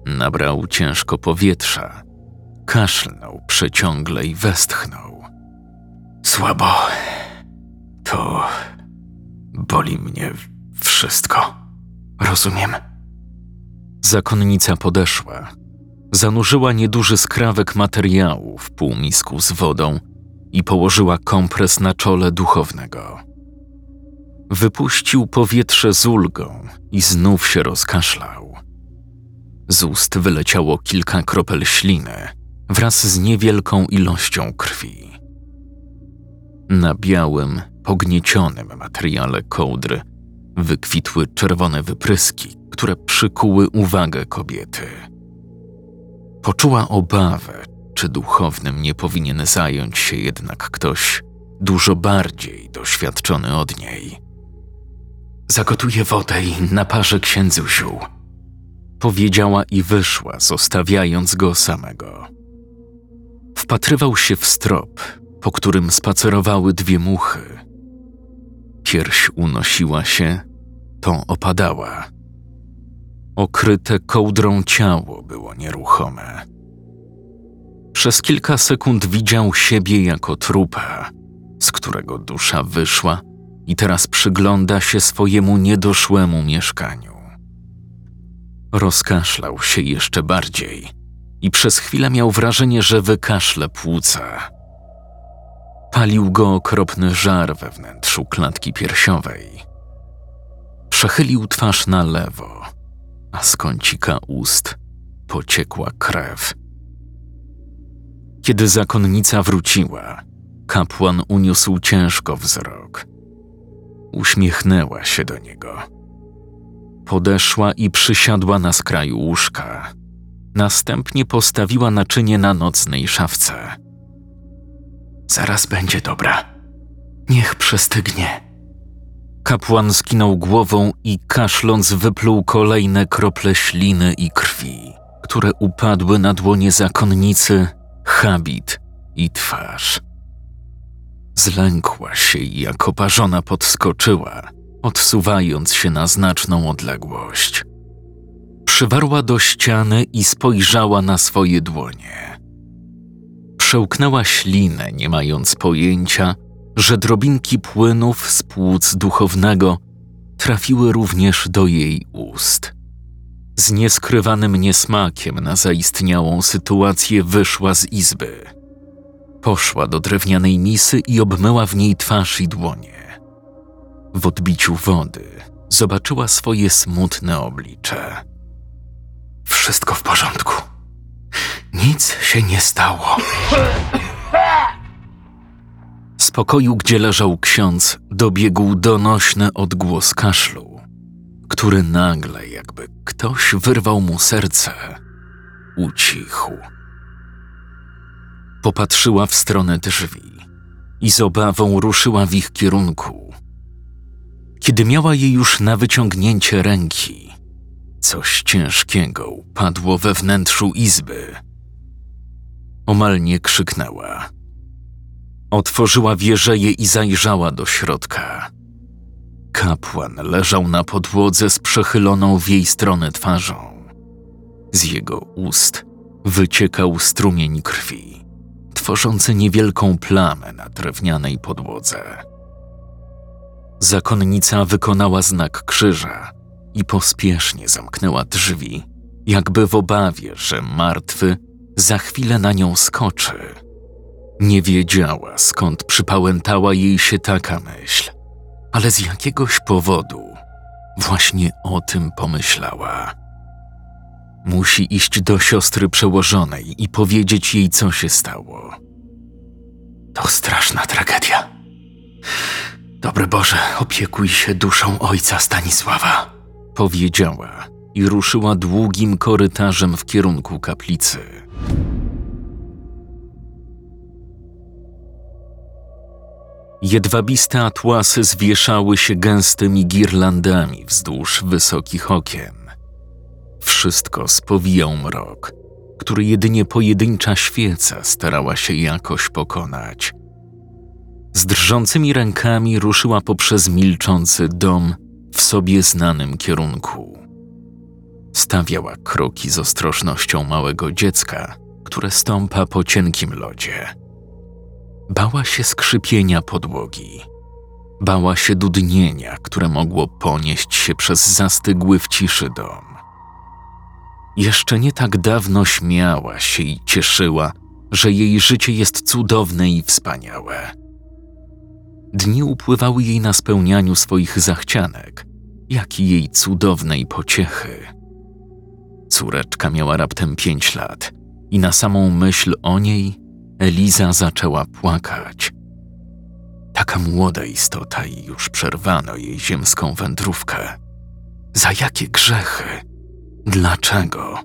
Nabrał ciężko powietrza, kaszlnął przeciągle i westchnął. Słabo. To boli mnie wszystko. Rozumiem. Zakonnica podeszła. Zanurzyła nieduży skrawek materiału w półmisku z wodą i położyła kompres na czole duchownego. Wypuścił powietrze z ulgą i znów się rozkaszlał. Z ust wyleciało kilka kropel śliny wraz z niewielką ilością krwi. Na białym, pogniecionym materiale kołdry wykwitły czerwone wypryski, które przykuły uwagę kobiety. Poczuła obawę, czy duchownym nie powinien zająć się jednak ktoś dużo bardziej doświadczony od niej. Zagotuję wodę i naparzę księdzu ziół, powiedziała i wyszła, zostawiając go samego. Wpatrywał się w strop, po którym spacerowały dwie muchy. Pierś unosiła się, to opadała. Okryte kołdrą ciało było nieruchome. Przez kilka sekund widział siebie jako trupa, z którego dusza wyszła i teraz przygląda się swojemu niedoszłemu mieszkaniu. Rozkaszlał się jeszcze bardziej i przez chwilę miał wrażenie, że wykaszle płuca. Palił go okropny żar we wnętrzu klatki piersiowej. Przechylił twarz na lewo, a z kącika ust pociekła krew. Kiedy zakonnica wróciła, kapłan uniósł ciężko wzrok. Uśmiechnęła się do niego. Podeszła i przysiadła na skraju łóżka. Następnie postawiła naczynie na nocnej szafce. Zaraz będzie dobra. Niech przestygnie. Kapłan skinął głową i kaszląc wypluł kolejne krople śliny i krwi, które upadły na dłonie zakonnicy, habit i twarz. Zlękła się i jak oparzona podskoczyła, odsuwając się na znaczną odległość. Przywarła do ściany i spojrzała na swoje dłonie. Przełknęła ślinę, nie mając pojęcia, że drobinki płynów z płuc duchownego trafiły również do jej ust. Z nieskrywanym niesmakiem na zaistniałą sytuację wyszła z izby. Poszła do drewnianej misy i obmyła w niej twarz i dłonie. W odbiciu wody zobaczyła swoje smutne oblicze. Wszystko w porządku. Nic się nie stało. Z pokoju, gdzie leżał ksiądz, dobiegł donośny odgłos kaszlu, który nagle, jakby ktoś wyrwał mu serce, ucichł. Popatrzyła w stronę drzwi i z obawą ruszyła w ich kierunku. Kiedy miała je już na wyciągnięcie ręki, coś ciężkiego upadło we wnętrzu izby. Omal nie krzyknęła. Otworzyła wieżeję i zajrzała do środka. Kapłan leżał na podłodze z przechyloną w jej stronę twarzą. Z jego ust wyciekał strumień krwi, tworzący niewielką plamę na drewnianej podłodze. Zakonnica wykonała znak krzyża i pospiesznie zamknęła drzwi, jakby w obawie, że martwy za chwilę na nią skoczy. Nie wiedziała, skąd przypałętała jej się taka myśl, ale z jakiegoś powodu właśnie o tym pomyślała. Musi iść do siostry przełożonej i powiedzieć jej, co się stało. To straszna tragedia. Dobry Boże, opiekuj się duszą ojca Stanisława, powiedziała i ruszyła długim korytarzem w kierunku kaplicy. Jedwabiste atłasy zwieszały się gęstymi girlandami wzdłuż wysokich okien. Wszystko spowijał mrok, który jedynie pojedyncza świeca starała się jakoś pokonać. Z drżącymi rękami ruszyła poprzez milczący dom w sobie znanym kierunku. Stawiała kroki z ostrożnością małego dziecka, które stąpa po cienkim lodzie. Bała się skrzypienia podłogi. Bała się dudnienia, które mogło ponieść się przez zastygły w ciszy dom. Jeszcze nie tak dawno śmiała się i cieszyła, że jej życie jest cudowne i wspaniałe. Dni upływały jej na spełnianiu swoich zachcianek, jak i jej cudownej pociechy. Córeczka miała raptem pięć lat i na samą myśl o niej Eliza zaczęła płakać. Taka młoda istota i już przerwano jej ziemską wędrówkę. Za jakie grzechy? Dlaczego?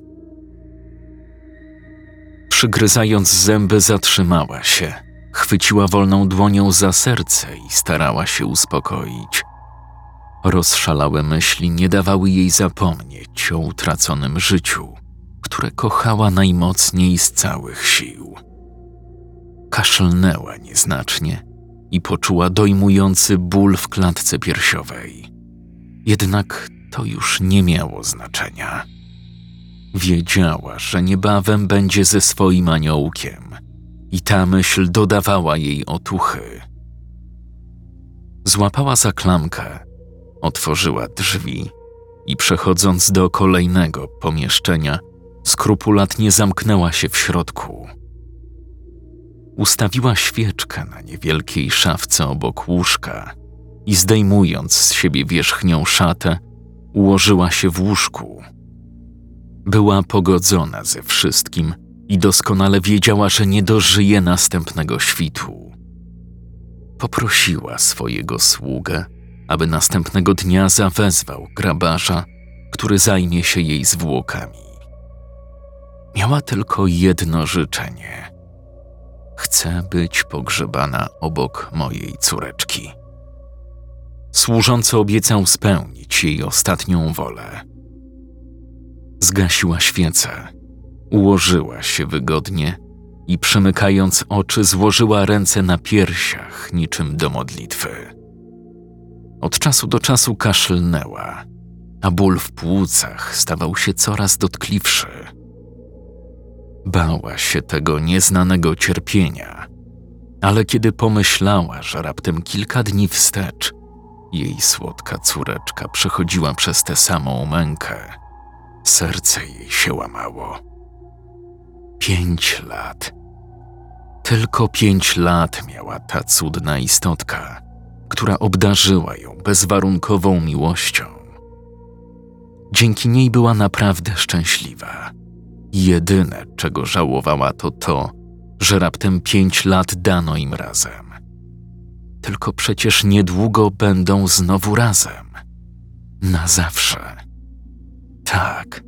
Przygryzając zęby, zatrzymała się, chwyciła wolną dłonią za serce i starała się uspokoić. Rozszalałe myśli nie dawały jej zapomnieć o utraconym życiu, które kochała najmocniej z całych sił. Kaszlnęła nieznacznie i poczuła dojmujący ból w klatce piersiowej. Jednak to już nie miało znaczenia. Wiedziała, że niebawem będzie ze swoim aniołkiem i ta myśl dodawała jej otuchy. Złapała za klamkę, otworzyła drzwi i przechodząc do kolejnego pomieszczenia, skrupulatnie zamknęła się w środku. Ustawiła świeczkę na niewielkiej szafce obok łóżka i zdejmując z siebie wierzchnią szatę, ułożyła się w łóżku. Była pogodzona ze wszystkim i doskonale wiedziała, że nie dożyje następnego świtu. Poprosiła swojego sługę, aby następnego dnia zawezwał grabarza, który zajmie się jej zwłokami. Miała tylko jedno życzenie. Chcę być pogrzebana obok mojej córeczki. Służący obiecał spełnić jej ostatnią wolę. Zgasiła świecę, ułożyła się wygodnie i przymykając oczy złożyła ręce na piersiach niczym do modlitwy. Od czasu do czasu kaszlnęła, a ból w płucach stawał się coraz dotkliwszy. Bała się tego nieznanego cierpienia, ale kiedy pomyślała, że raptem kilka dni wstecz jej słodka córeczka przechodziła przez tę samą mękę, serce jej się łamało. Pięć lat. Tylko pięć lat miała ta cudna istotka, która obdarzyła ją bezwarunkową miłością. Dzięki niej była naprawdę szczęśliwa. Jedyne, czego żałowała, to to, że raptem pięć lat dano im razem. Tylko przecież niedługo będą znowu razem. Na zawsze. Tak.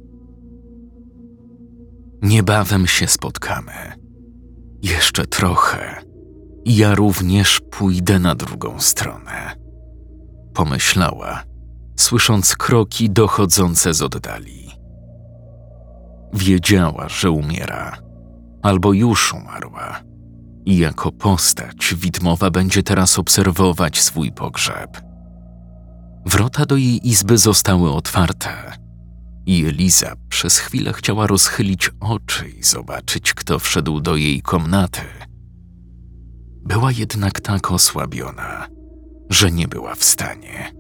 Niebawem się spotkamy. Jeszcze trochę. I ja również pójdę na drugą stronę. Pomyślała, słysząc kroki dochodzące z oddali. Wiedziała, że umiera, albo już umarła. I jako postać widmowa będzie teraz obserwować swój pogrzeb. Wrota do jej izby zostały otwarte i Eliza przez chwilę chciała rozchylić oczy i zobaczyć, kto wszedł do jej komnaty. Była jednak tak osłabiona, że nie była w stanie.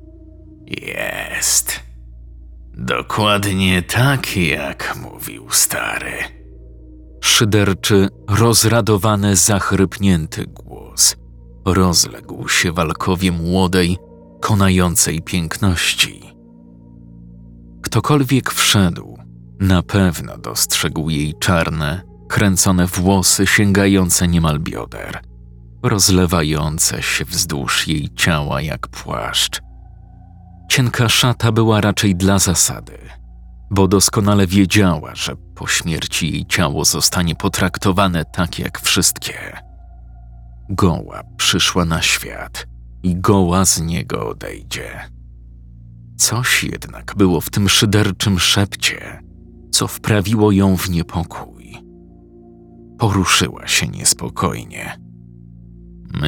Jest. Dokładnie tak, jak mówił stary. Szyderczy, rozradowany, zachrypnięty głos rozległ się w alkowie młodej, konającej piękności. Ktokolwiek wszedł, na pewno dostrzegł jej czarne, kręcone włosy sięgające niemal bioder, rozlewające się wzdłuż jej ciała jak płaszcz. Cienka szata była raczej dla zasady, bo doskonale wiedziała, że po śmierci jej ciało zostanie potraktowane tak jak wszystkie. Goła przyszła na świat i goła z niego odejdzie. Coś jednak było w tym szyderczym szepcie, co wprawiło ją w niepokój. Poruszyła się niespokojnie.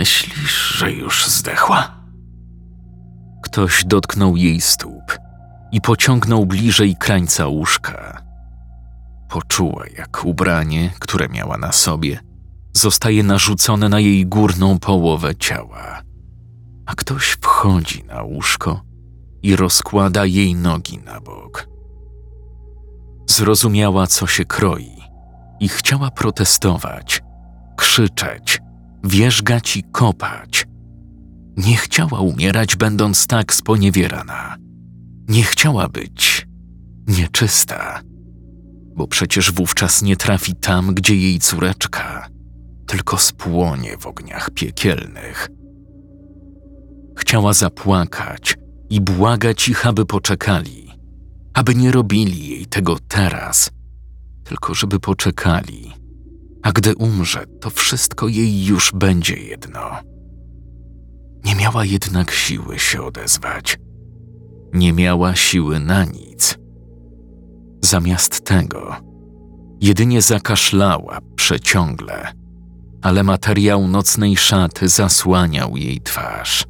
Myślisz, że już zdechła? Ktoś dotknął jej stóp i pociągnął bliżej krańca łóżka. Poczuła, jak ubranie, które miała na sobie, zostaje narzucone na jej górną połowę ciała, a ktoś wchodzi na łóżko i rozkłada jej nogi na bok. Zrozumiała, co się kroi i chciała protestować, krzyczeć, wierzgać i kopać. Nie chciała umierać, będąc tak sponiewierana. Nie chciała być nieczysta, bo przecież wówczas nie trafi tam, gdzie jej córeczka, tylko spłonie w ogniach piekielnych. Chciała zapłakać i błagać ich, aby poczekali, aby nie robili jej tego teraz, tylko żeby poczekali, a gdy umrze, to wszystko jej już będzie jedno. Nie miała jednak siły się odezwać. Nie miała siły na nic. Zamiast tego jedynie zakaszlała przeciągle, ale materiał nocnej szaty zasłaniał jej twarz.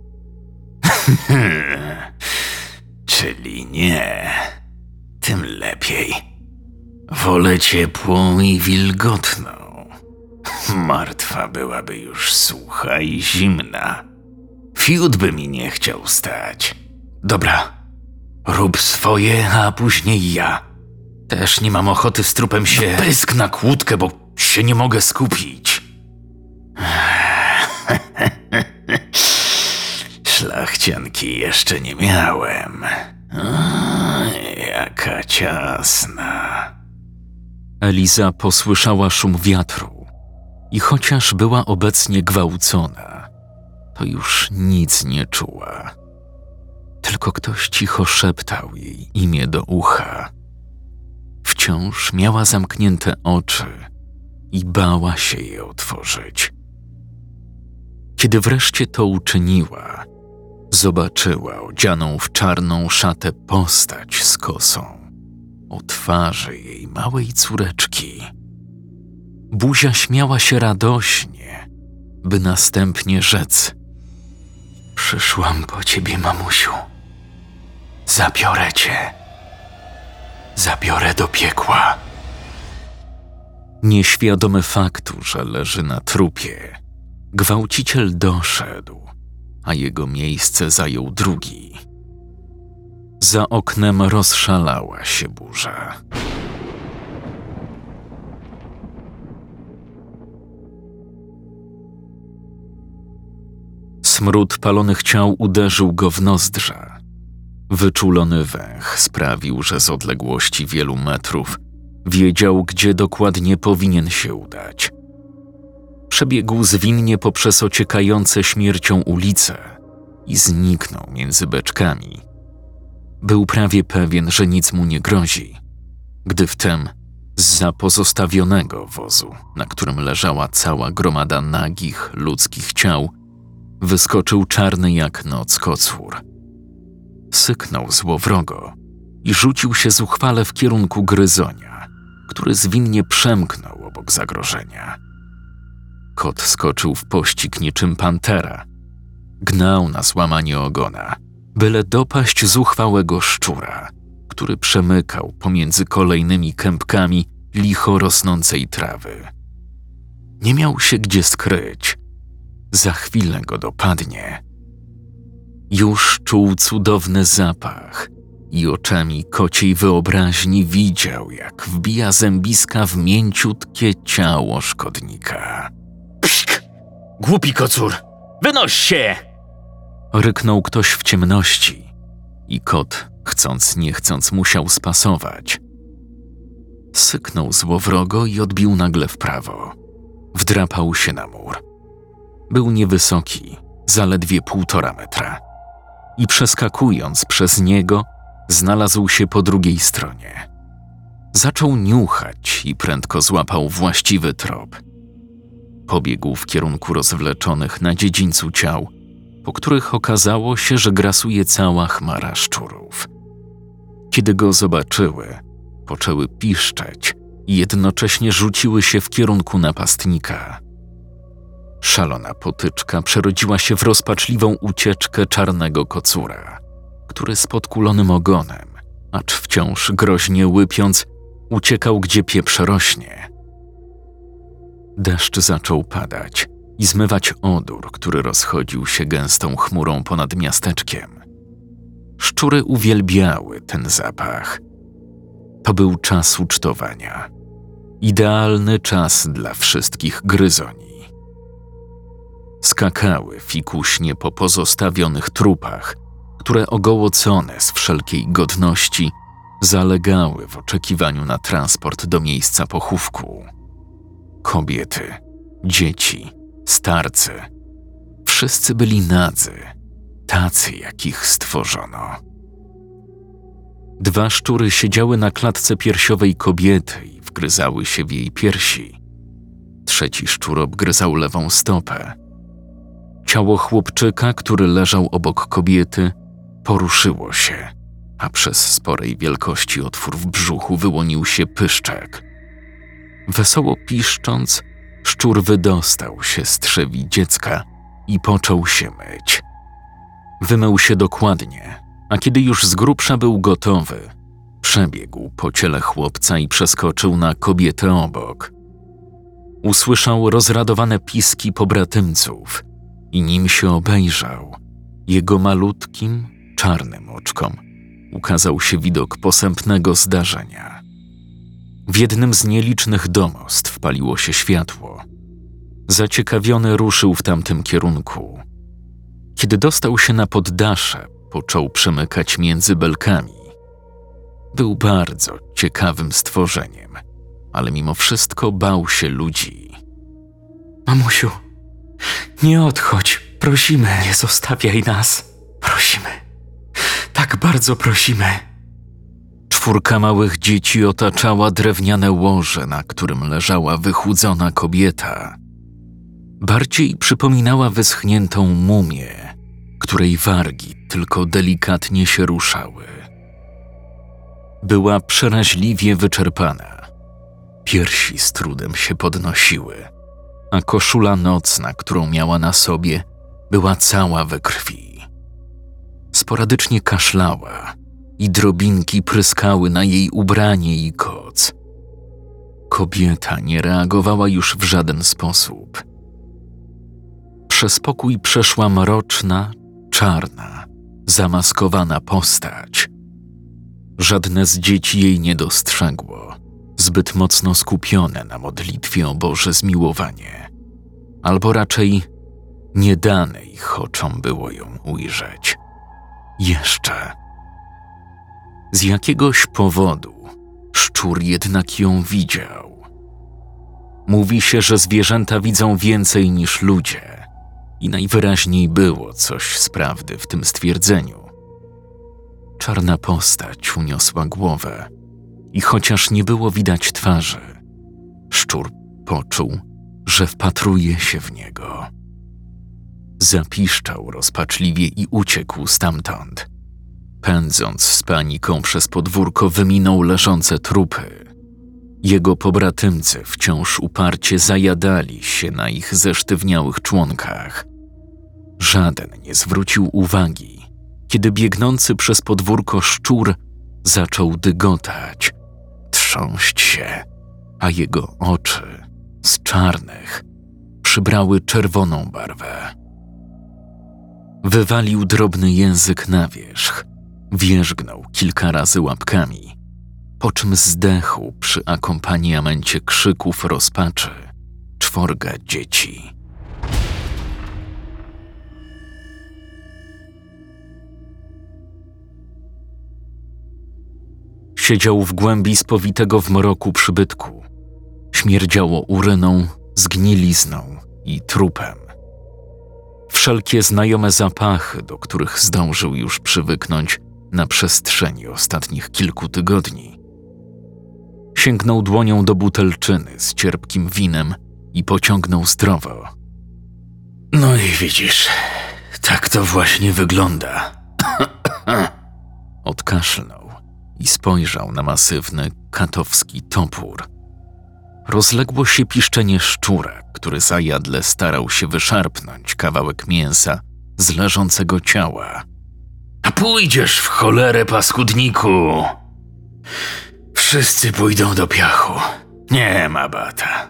Czyli nie. Tym lepiej. Wolę ciepłą i wilgotną. Martwa byłaby już sucha i zimna. Fiut by mi nie chciał stać. Dobra, rób swoje, a później ja. Też nie mam ochoty z trupem się... No pysk na kłódkę, bo się nie mogę skupić. Szlachcianki jeszcze nie miałem. O, jaka ciasna. Eliza posłyszała szum wiatru i chociaż była obecnie gwałcona, to już nic nie czuła. Tylko ktoś cicho szeptał jej imię do ucha. Wciąż miała zamknięte oczy i bała się je otworzyć. Kiedy wreszcie to uczyniła, zobaczyła odzianą w czarną szatę postać z kosą o twarzy jej małej córeczki. Buzia śmiała się radośnie, by następnie rzec: przyszłam po ciebie, mamusiu. Zabiorę cię. Zabiorę do piekła. Nieświadomy faktu, że leży na trupie, gwałciciel doszedł, a jego miejsce zajął drugi. Za oknem rozszalała się burza. Smród palonych ciał uderzył go w nozdrza. Wyczulony węch sprawił, że z odległości wielu metrów wiedział, gdzie dokładnie powinien się udać. Przebiegł zwinnie poprzez ociekające śmiercią ulice i zniknął między beczkami. Był prawie pewien, że nic mu nie grozi, gdy wtem zza pozostawionego wozu, na którym leżała cała gromada nagich, ludzkich ciał, wyskoczył czarny jak noc kocur. Syknął złowrogo i rzucił się zuchwale w kierunku gryzonia, który zwinnie przemknął obok zagrożenia. Kot skoczył w pościg niczym pantera. Gnał na złamanie ogona, byle dopaść zuchwałego szczura, który przemykał pomiędzy kolejnymi kępkami licho rosnącej trawy. Nie miał się gdzie skryć. Za chwilę go dopadnie. Już czuł cudowny zapach i oczami kociej wyobraźni widział, jak wbija zębiska w mięciutkie ciało szkodnika. Pszk! Głupi kocur! Wynoś się! Ryknął ktoś w ciemności i kot, chcąc nie chcąc, musiał spasować. Syknął złowrogo i odbił nagle w prawo. Wdrapał się na mur. Był niewysoki, zaledwie półtora metra. I przeskakując przez niego, znalazł się po drugiej stronie. Zaczął niuchać i prędko złapał właściwy trop. Pobiegł w kierunku rozwleczonych na dziedzińcu ciał, po których okazało się, że grasuje cała chmara szczurów. Kiedy go zobaczyły, poczęły piszczeć i jednocześnie rzuciły się w kierunku napastnika. Szalona potyczka przerodziła się w rozpaczliwą ucieczkę czarnego kocura, który z podkulonym ogonem acz wciąż groźnie łypiąc, uciekał gdzie pieprz rośnie. Deszcz zaczął padać i zmywać odór, który rozchodził się gęstą chmurą ponad miasteczkiem. Szczury uwielbiały ten zapach. To był czas ucztowania. Idealny czas dla wszystkich gryzoni. Skakały fikuśnie po pozostawionych trupach, które ogołocone z wszelkiej godności zalegały w oczekiwaniu na transport do miejsca pochówku. Kobiety, dzieci, starcy, wszyscy byli nadzy, tacy jakich stworzono. Dwa szczury siedziały na klatce piersiowej kobiety i wgryzały się w jej piersi. Trzeci szczur obgryzał lewą stopę. Ciało chłopczyka, który leżał obok kobiety, poruszyło się, a przez sporej wielkości otwór w brzuchu wyłonił się pyszczek. Wesoło piszcząc, szczur wydostał się z trzewi dziecka i począł się myć. Wymył się dokładnie, a kiedy już z grubsza był gotowy, przebiegł po ciele chłopca i przeskoczył na kobietę obok. Usłyszał rozradowane piski pobratymców i nim się obejrzał, jego malutkim, czarnym oczkom ukazał się widok posępnego zdarzenia. W jednym z nielicznych domostw paliło się światło. Zaciekawiony ruszył w tamtym kierunku. Kiedy dostał się na poddasze, począł przemykać między belkami. Był bardzo ciekawym stworzeniem, ale mimo wszystko bał się ludzi. Mamusiu, nie odchodź, prosimy, nie zostawiaj nas. Prosimy, tak bardzo prosimy. Czwórka małych dzieci otaczała drewniane łoże, na którym leżała wychudzona kobieta. Bardziej przypominała wyschniętą mumię, której wargi tylko delikatnie się ruszały. Była przeraźliwie wyczerpana. Piersi z trudem się podnosiły, a koszula nocna, którą miała na sobie, była cała we krwi. Sporadycznie kaszlała i drobinki pryskały na jej ubranie i koc. Kobieta nie reagowała już w żaden sposób. Przez pokój przeszła mroczna, czarna, zamaskowana postać. Żadne z dzieci jej nie dostrzegło, zbyt mocno skupione na modlitwie o Boże zmiłowanie. Albo raczej nie dane ich oczom było ją ujrzeć. Jeszcze. Z jakiegoś powodu szczur jednak ją widział. Mówi się, że zwierzęta widzą więcej niż ludzie i najwyraźniej było coś z prawdy w tym stwierdzeniu. Czarna postać uniosła głowę i chociaż nie było widać twarzy, szczur poczuł, że wpatruje się w niego. Zapiszczał rozpaczliwie i uciekł stamtąd. Pędząc z paniką przez podwórko wyminął leżące trupy. Jego pobratymcy wciąż uparcie zajadali się na ich zesztywniałych członkach. Żaden nie zwrócił uwagi, kiedy biegnący przez podwórko szczur zaczął dygotać, trząść się, a jego oczy z czarnych przybrały czerwoną barwę. Wywalił drobny język na wierzch, wierzgnął kilka razy łapkami, po czym zdechł przy akompaniamencie krzyków rozpaczy czworga dzieci. Siedział w głębi spowitego w mroku przybytku. Śmierdziało uryną, zgnilizną i trupem. Wszelkie znajome zapachy, do których zdążył już przywyknąć na przestrzeni ostatnich kilku tygodni. Sięgnął dłonią do butelczyny z cierpkim winem i pociągnął zdrowo. No i widzisz, tak to właśnie wygląda. Odkaszlnął i spojrzał na masywny katowski topór. Rozległo się piszczenie szczura, który zajadle starał się wyszarpnąć kawałek mięsa z leżącego ciała. A pójdziesz w cholerę, paskudniku! Wszyscy pójdą do piachu. Nie ma bata.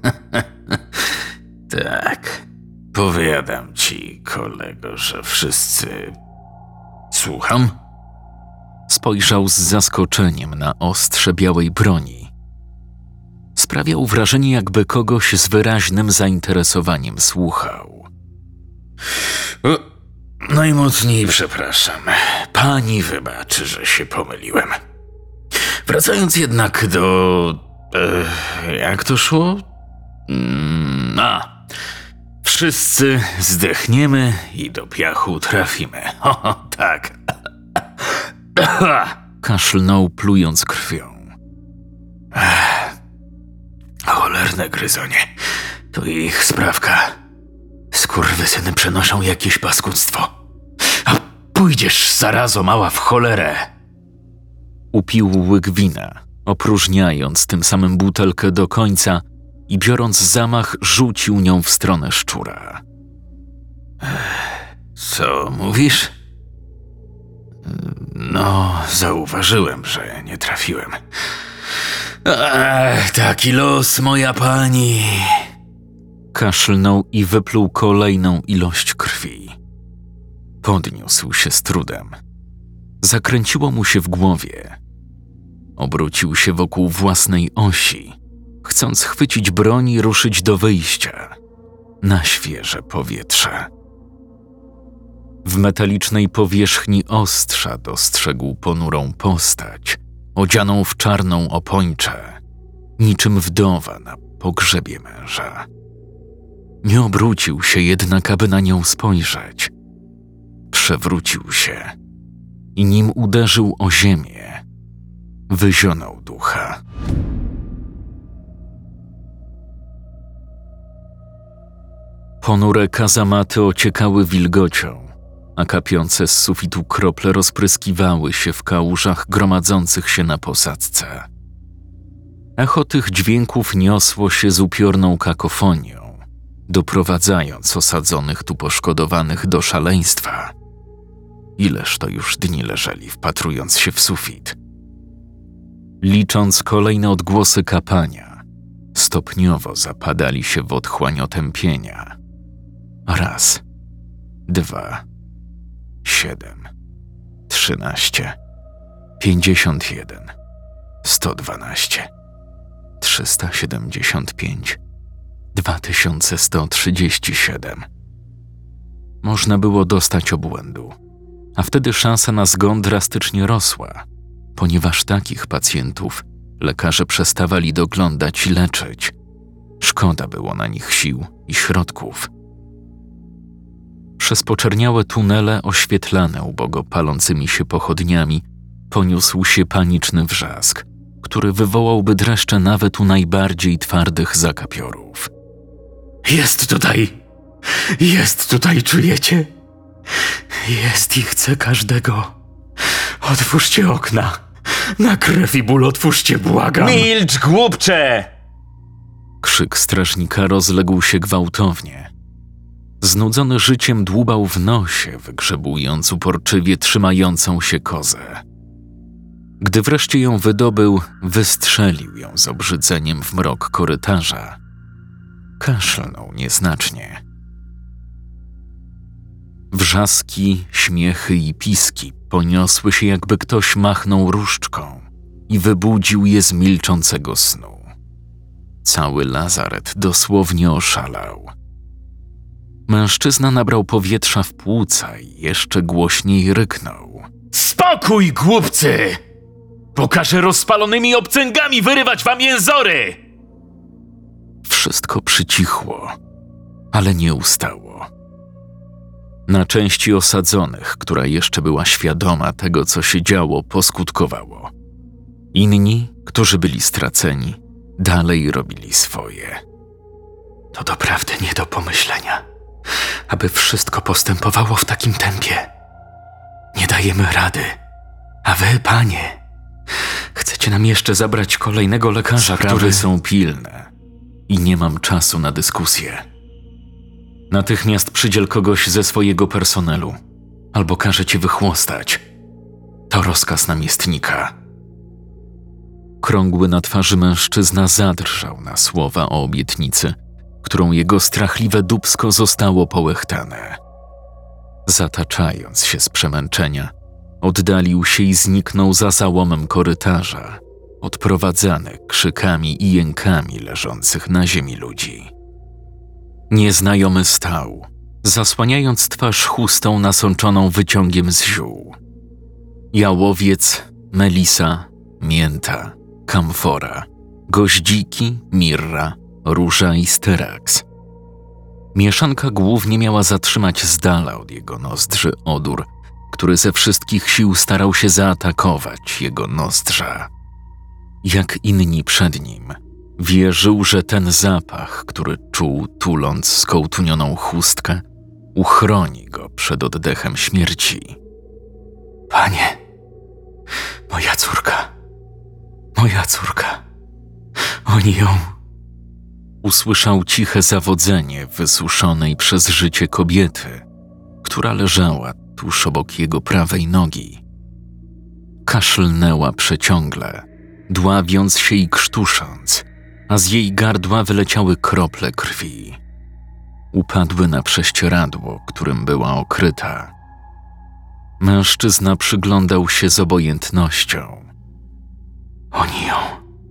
Tak. Powiadam ci, kolego, że wszyscy... Słucham? Spojrzał z zaskoczeniem na ostrze białej broni. Sprawiał wrażenie, jakby kogoś z wyraźnym zainteresowaniem słuchał. O, najmocniej przepraszam. Pani wybaczy, że się pomyliłem. Wracając jednak do... E, jak to szło? Mm, a... Wszyscy zdechniemy i do piachu trafimy. O, tak. Kaszlnął, plując krwią. Ech, cholerne gryzonie. To ich sprawka. Skurwysyny przenoszą jakieś paskudztwo. A pójdziesz, zarazo mała, w cholerę. Upił łyk wina, opróżniając tym samym butelkę do końca i biorąc zamach, rzucił nią w stronę szczura. Co mówisz? No, zauważyłem, że nie trafiłem. Ech, taki los, moja pani. Kaszlnął i wypluł kolejną ilość krwi. Podniósł się z trudem. Zakręciło mu się w głowie. Obrócił się wokół własnej osi, chcąc chwycić broń i ruszyć do wyjścia, na świeże powietrze. W metalicznej powierzchni ostrza dostrzegł ponurą postać, odzianą w czarną opończę, niczym wdowa na pogrzebie męża. Nie obrócił się jednak, aby na nią spojrzeć. Przewrócił się i nim uderzył o ziemię, wyzionął ducha. Ponure kazamaty ociekały wilgocią, a kapiące z sufitu krople rozpryskiwały się w kałużach gromadzących się na posadzce. Echo tych dźwięków niosło się z upiorną kakofonią, doprowadzając osadzonych tu poszkodowanych do szaleństwa. Ileż to już dni leżeli, wpatrując się w sufit. Licząc kolejne odgłosy kapania, stopniowo zapadali się w otchłań otępienia. Raz, dwa, siedem, trzynaście, pięćdziesiąt jeden, sto dwanaście, trzysta siedemdziesiąt pięć, dwa tysiące sto trzydzieści siedem. Można było dostać obłędu, a wtedy szansa na zgon drastycznie rosła, ponieważ takich pacjentów lekarze przestawali doglądać i leczyć. Szkoda było na nich sił i środków. Przez poczerniałe tunele oświetlane ubogo palącymi się pochodniami poniósł się paniczny wrzask, który wywołałby dreszcze nawet u najbardziej twardych zakapiorów. Jest tutaj! Jest tutaj, czujecie? Jest i chcę każdego. Otwórzcie okna. Na krew i ból otwórzcie, błagam. Milcz, głupcze! Krzyk strażnika rozległ się gwałtownie. Znudzony życiem dłubał w nosie, wygrzebując uporczywie trzymającą się kozę. Gdy wreszcie ją wydobył, wystrzelił ją z obrzydzeniem w mrok korytarza. Kaszlnął nieznacznie. Wrzaski, śmiechy i piski poniosły się, jakby ktoś machnął różdżką i wybudził je z milczącego snu. Cały lazaret dosłownie oszalał. Mężczyzna nabrał powietrza w płuca i jeszcze głośniej ryknął. Spokój, głupcy! Pokażę rozpalonymi obcęgami wyrywać wam jęzory! Wszystko przycichło, ale nie ustało. Na części osadzonych, która jeszcze była świadoma tego, co się działo, poskutkowało. Inni, którzy byli straceni, dalej robili swoje. To doprawdy nie do pomyślenia, aby wszystko postępowało w takim tempie. Nie dajemy rady. A wy, panie, chcecie nam jeszcze zabrać kolejnego lekarza, Sprawy który... są pilne i nie mam czasu na dyskusję. Natychmiast przydziel kogoś ze swojego personelu, albo każę cię wychłostać. To rozkaz namiestnika. Okrągły na twarzy mężczyzna zadrżał na słowa o obietnicy, którą jego strachliwe dupsko zostało połechtane. Zataczając się z przemęczenia, oddalił się i zniknął za załomem korytarza, odprowadzany krzykami i jękami leżących na ziemi ludzi. Nieznajomy stał, zasłaniając twarz chustą nasączoną wyciągiem z ziół. Jałowiec, melisa, mięta, kamfora, goździki, mirra, róża i steraks. Mieszanka głównie miała zatrzymać z dala od jego nozdrzy odór, który ze wszystkich sił starał się zaatakować jego nozdrza. Jak inni przed nim, wierzył, że ten zapach, który czuł tuląc skołtunioną chustkę, uchroni go przed oddechem śmierci. Panie, moja córka, moja córka, oni ją... Usłyszał ciche zawodzenie wysuszonej przez życie kobiety, która leżała tuż obok jego prawej nogi. Kaszlnęła przeciągle, dławiąc się i krztusząc, a z jej gardła wyleciały krople krwi. Upadły na prześcieradło, którym była okryta. Mężczyzna przyglądał się z obojętnością. Oni ją...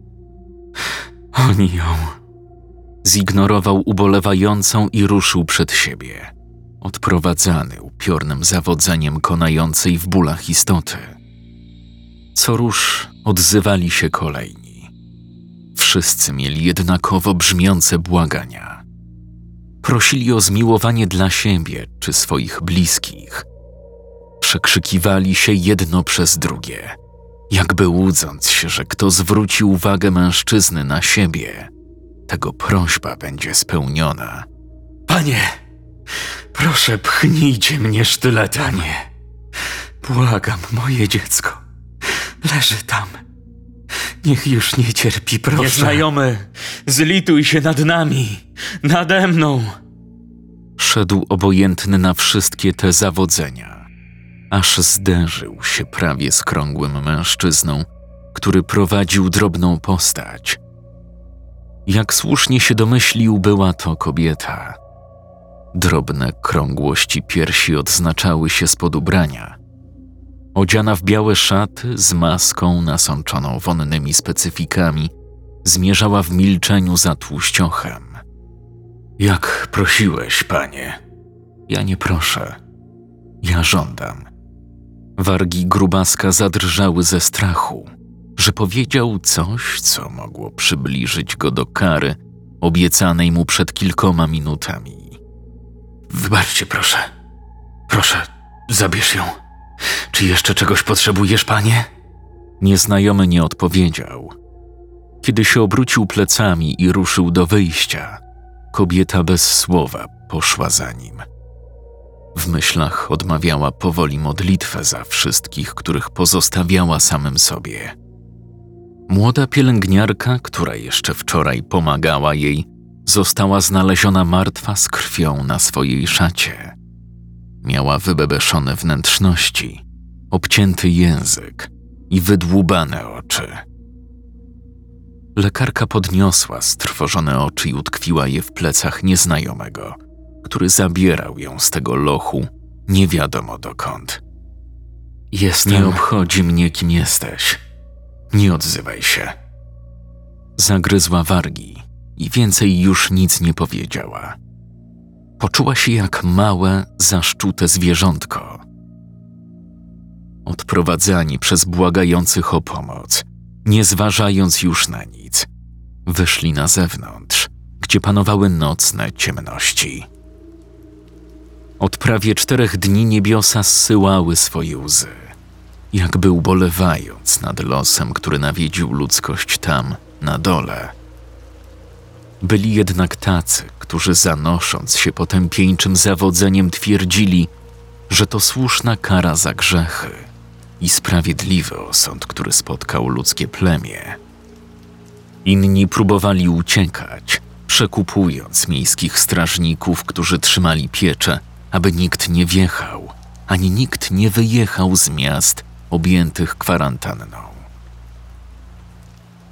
Oni ją... Zignorował ubolewającą i ruszył przed siebie, odprowadzany upiornym zawodzeniem konającej w bólach istoty. Co rusz odzywali się kolejni. Wszyscy mieli jednakowo brzmiące błagania. Prosili o zmiłowanie dla siebie czy swoich bliskich. Przekrzykiwali się jedno przez drugie, jakby łudząc się, że kto zwróci uwagę mężczyzny na siebie, tego prośba będzie spełniona. Panie, proszę, pchnijcie mnie sztyletanie. Błagam, moje dziecko. Leży tam. Niech już nie cierpi, proszę. Nieznajomy, zlituj się nad nami, nade mną. Szedł obojętny na wszystkie te zawodzenia, aż zderzył się prawie z krągłym mężczyzną, który prowadził drobną postać. Jak słusznie się domyślił, była to kobieta. Drobne krągłości piersi odznaczały się spod ubrania. Odziana w białe szaty z maską nasączoną wonnymi specyfikami, zmierzała w milczeniu za tłuściochem. Jak prosiłeś, panie. Ja nie proszę. Ja żądam. Wargi grubaska zadrżały ze strachu, że powiedział coś, co mogło przybliżyć go do kary obiecanej mu przed kilkoma minutami. Wybaczcie, proszę. Proszę, zabierz ją. Czy jeszcze czegoś potrzebujesz, panie? Nieznajomy nie odpowiedział. Kiedy się obrócił plecami i ruszył do wyjścia, kobieta bez słowa poszła za nim. W myślach odmawiała powoli modlitwę za wszystkich, których pozostawiała samym sobie. Młoda pielęgniarka, która jeszcze wczoraj pomagała jej, została znaleziona martwa z krwią na swojej szacie. Miała wybebeszone wnętrzności, obcięty język i wydłubane oczy. Lekarka podniosła strwożone oczy i utkwiła je w plecach nieznajomego, który zabierał ją z tego lochu nie wiadomo dokąd. Jestem... Nie obchodzi mnie, kim jesteś. Nie odzywaj się. Zagryzła wargi i więcej już nic nie powiedziała. Poczuła się jak małe, zaszczute zwierzątko. Odprowadzani przez błagających o pomoc, nie zważając już na nic, wyszli na zewnątrz, gdzie panowały nocne ciemności. Od prawie czterech dni niebiosa zsyłały swoje łzy, jakby ubolewając nad losem, który nawiedził ludzkość tam, na dole. Byli jednak tacy, którzy zanosząc się potępieńczym zawodzeniem twierdzili, że to słuszna kara za grzechy i sprawiedliwy osąd, który spotkał ludzkie plemię. Inni próbowali uciekać, przekupując miejskich strażników, którzy trzymali pieczę, aby nikt nie wjechał, ani nikt nie wyjechał z miast objętych kwarantanną.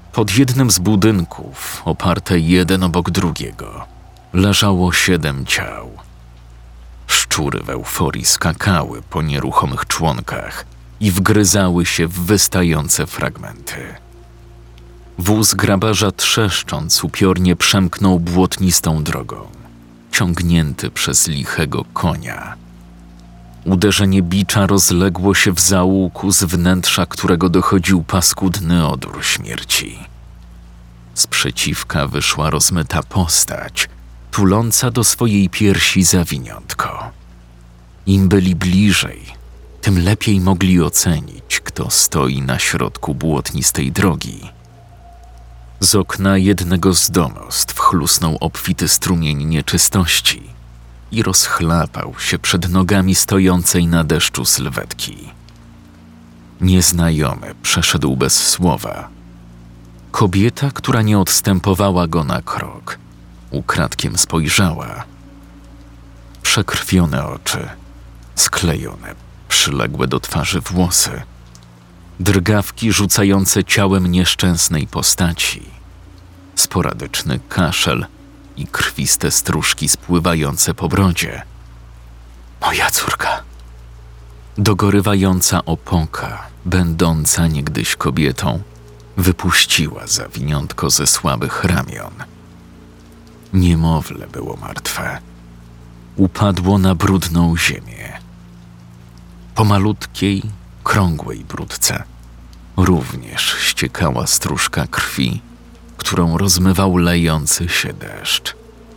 Pod jednym z budynków, oparte jeden obok drugiego, leżało siedem ciał. Szczury w euforii skakały po nieruchomych członkach i wgryzały się w wystające fragmenty. Wóz grabarza trzeszcząc upiornie przemknął błotnistą drogą, ciągnięty przez lichego konia. Uderzenie bicza rozległo się w zaułku, z wnętrza którego dochodził paskudny odór śmierci. Z przeciwka wyszła rozmyta postać, tuląca do swojej piersi zawiniątko. Im byli bliżej, tym lepiej mogli ocenić, kto stoi na środku błotnistej drogi. Z okna jednego z domostw chlusnął obfity strumień nieczystości i rozchlapał się przed nogami stojącej na deszczu sylwetki. Nieznajomy przeszedł bez słowa. Kobieta, która nie odstępowała go na krok, ukradkiem spojrzała. Przekrwione oczy, sklejone, przyległe do twarzy włosy, drgawki rzucające ciałem nieszczęsnej postaci, sporadyczny kaszel i krwiste stróżki spływające po brodzie. Moja córka. Dogorywająca opoka, będąca niegdyś kobietą, wypuściła zawiniątko ze słabych ramion. Niemowlę było martwe. Upadło na brudną ziemię. Po malutkiej, krągłej brudce również ściekała stróżka krwi, którą rozmywał lejący się deszcz.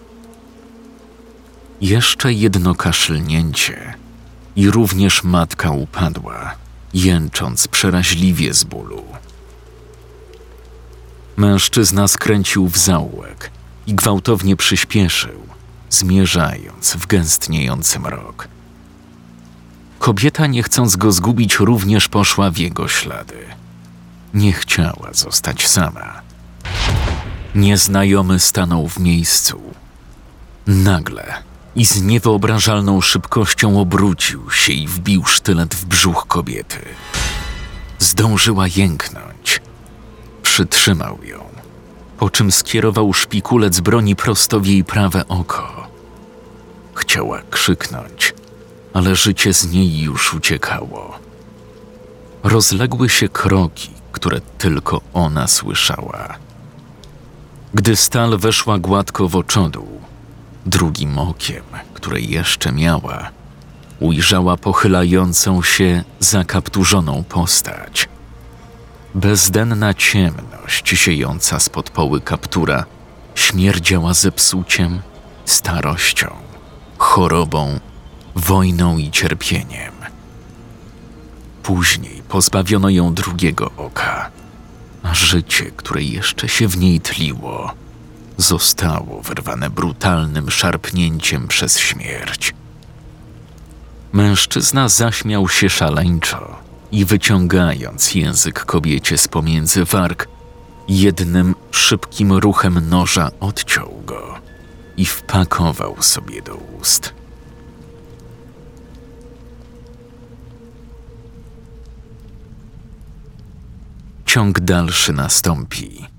Jeszcze jedno kaszlnięcie i również matka upadła, jęcząc przeraźliwie z bólu. Mężczyzna skręcił w zaułek i gwałtownie przyspieszył, zmierzając w gęstniejący mrok. Kobieta, nie chcąc go zgubić, również poszła w jego ślady. Nie chciała zostać sama. Nieznajomy stanął w miejscu. Nagle i z niewyobrażalną szybkością obrócił się i wbił sztylet w brzuch kobiety. Zdążyła jęknąć. Przytrzymał ją, po czym skierował szpikulec broni prosto w jej prawe oko. Chciała krzyknąć, ale życie z niej już uciekało. Rozległy się kroki, które tylko ona słyszała. Gdy stal weszła gładko w oczodół, drugim okiem, które jeszcze miała, ujrzała pochylającą się, zakapturzoną postać. Bezdenna ciemność siejąca spod poły kaptura śmierdziała zepsuciem, starością, chorobą, wojną i cierpieniem. Później pozbawiono ją drugiego oka, a życie, które jeszcze się w niej tliło, zostało wyrwane brutalnym szarpnięciem przez śmierć. Mężczyzna zaśmiał się szaleńczo i wyciągając język kobiecie z pomiędzy warg, jednym szybkim ruchem noża odciął go i wpakował sobie do ust. Ciąg dalszy nastąpi.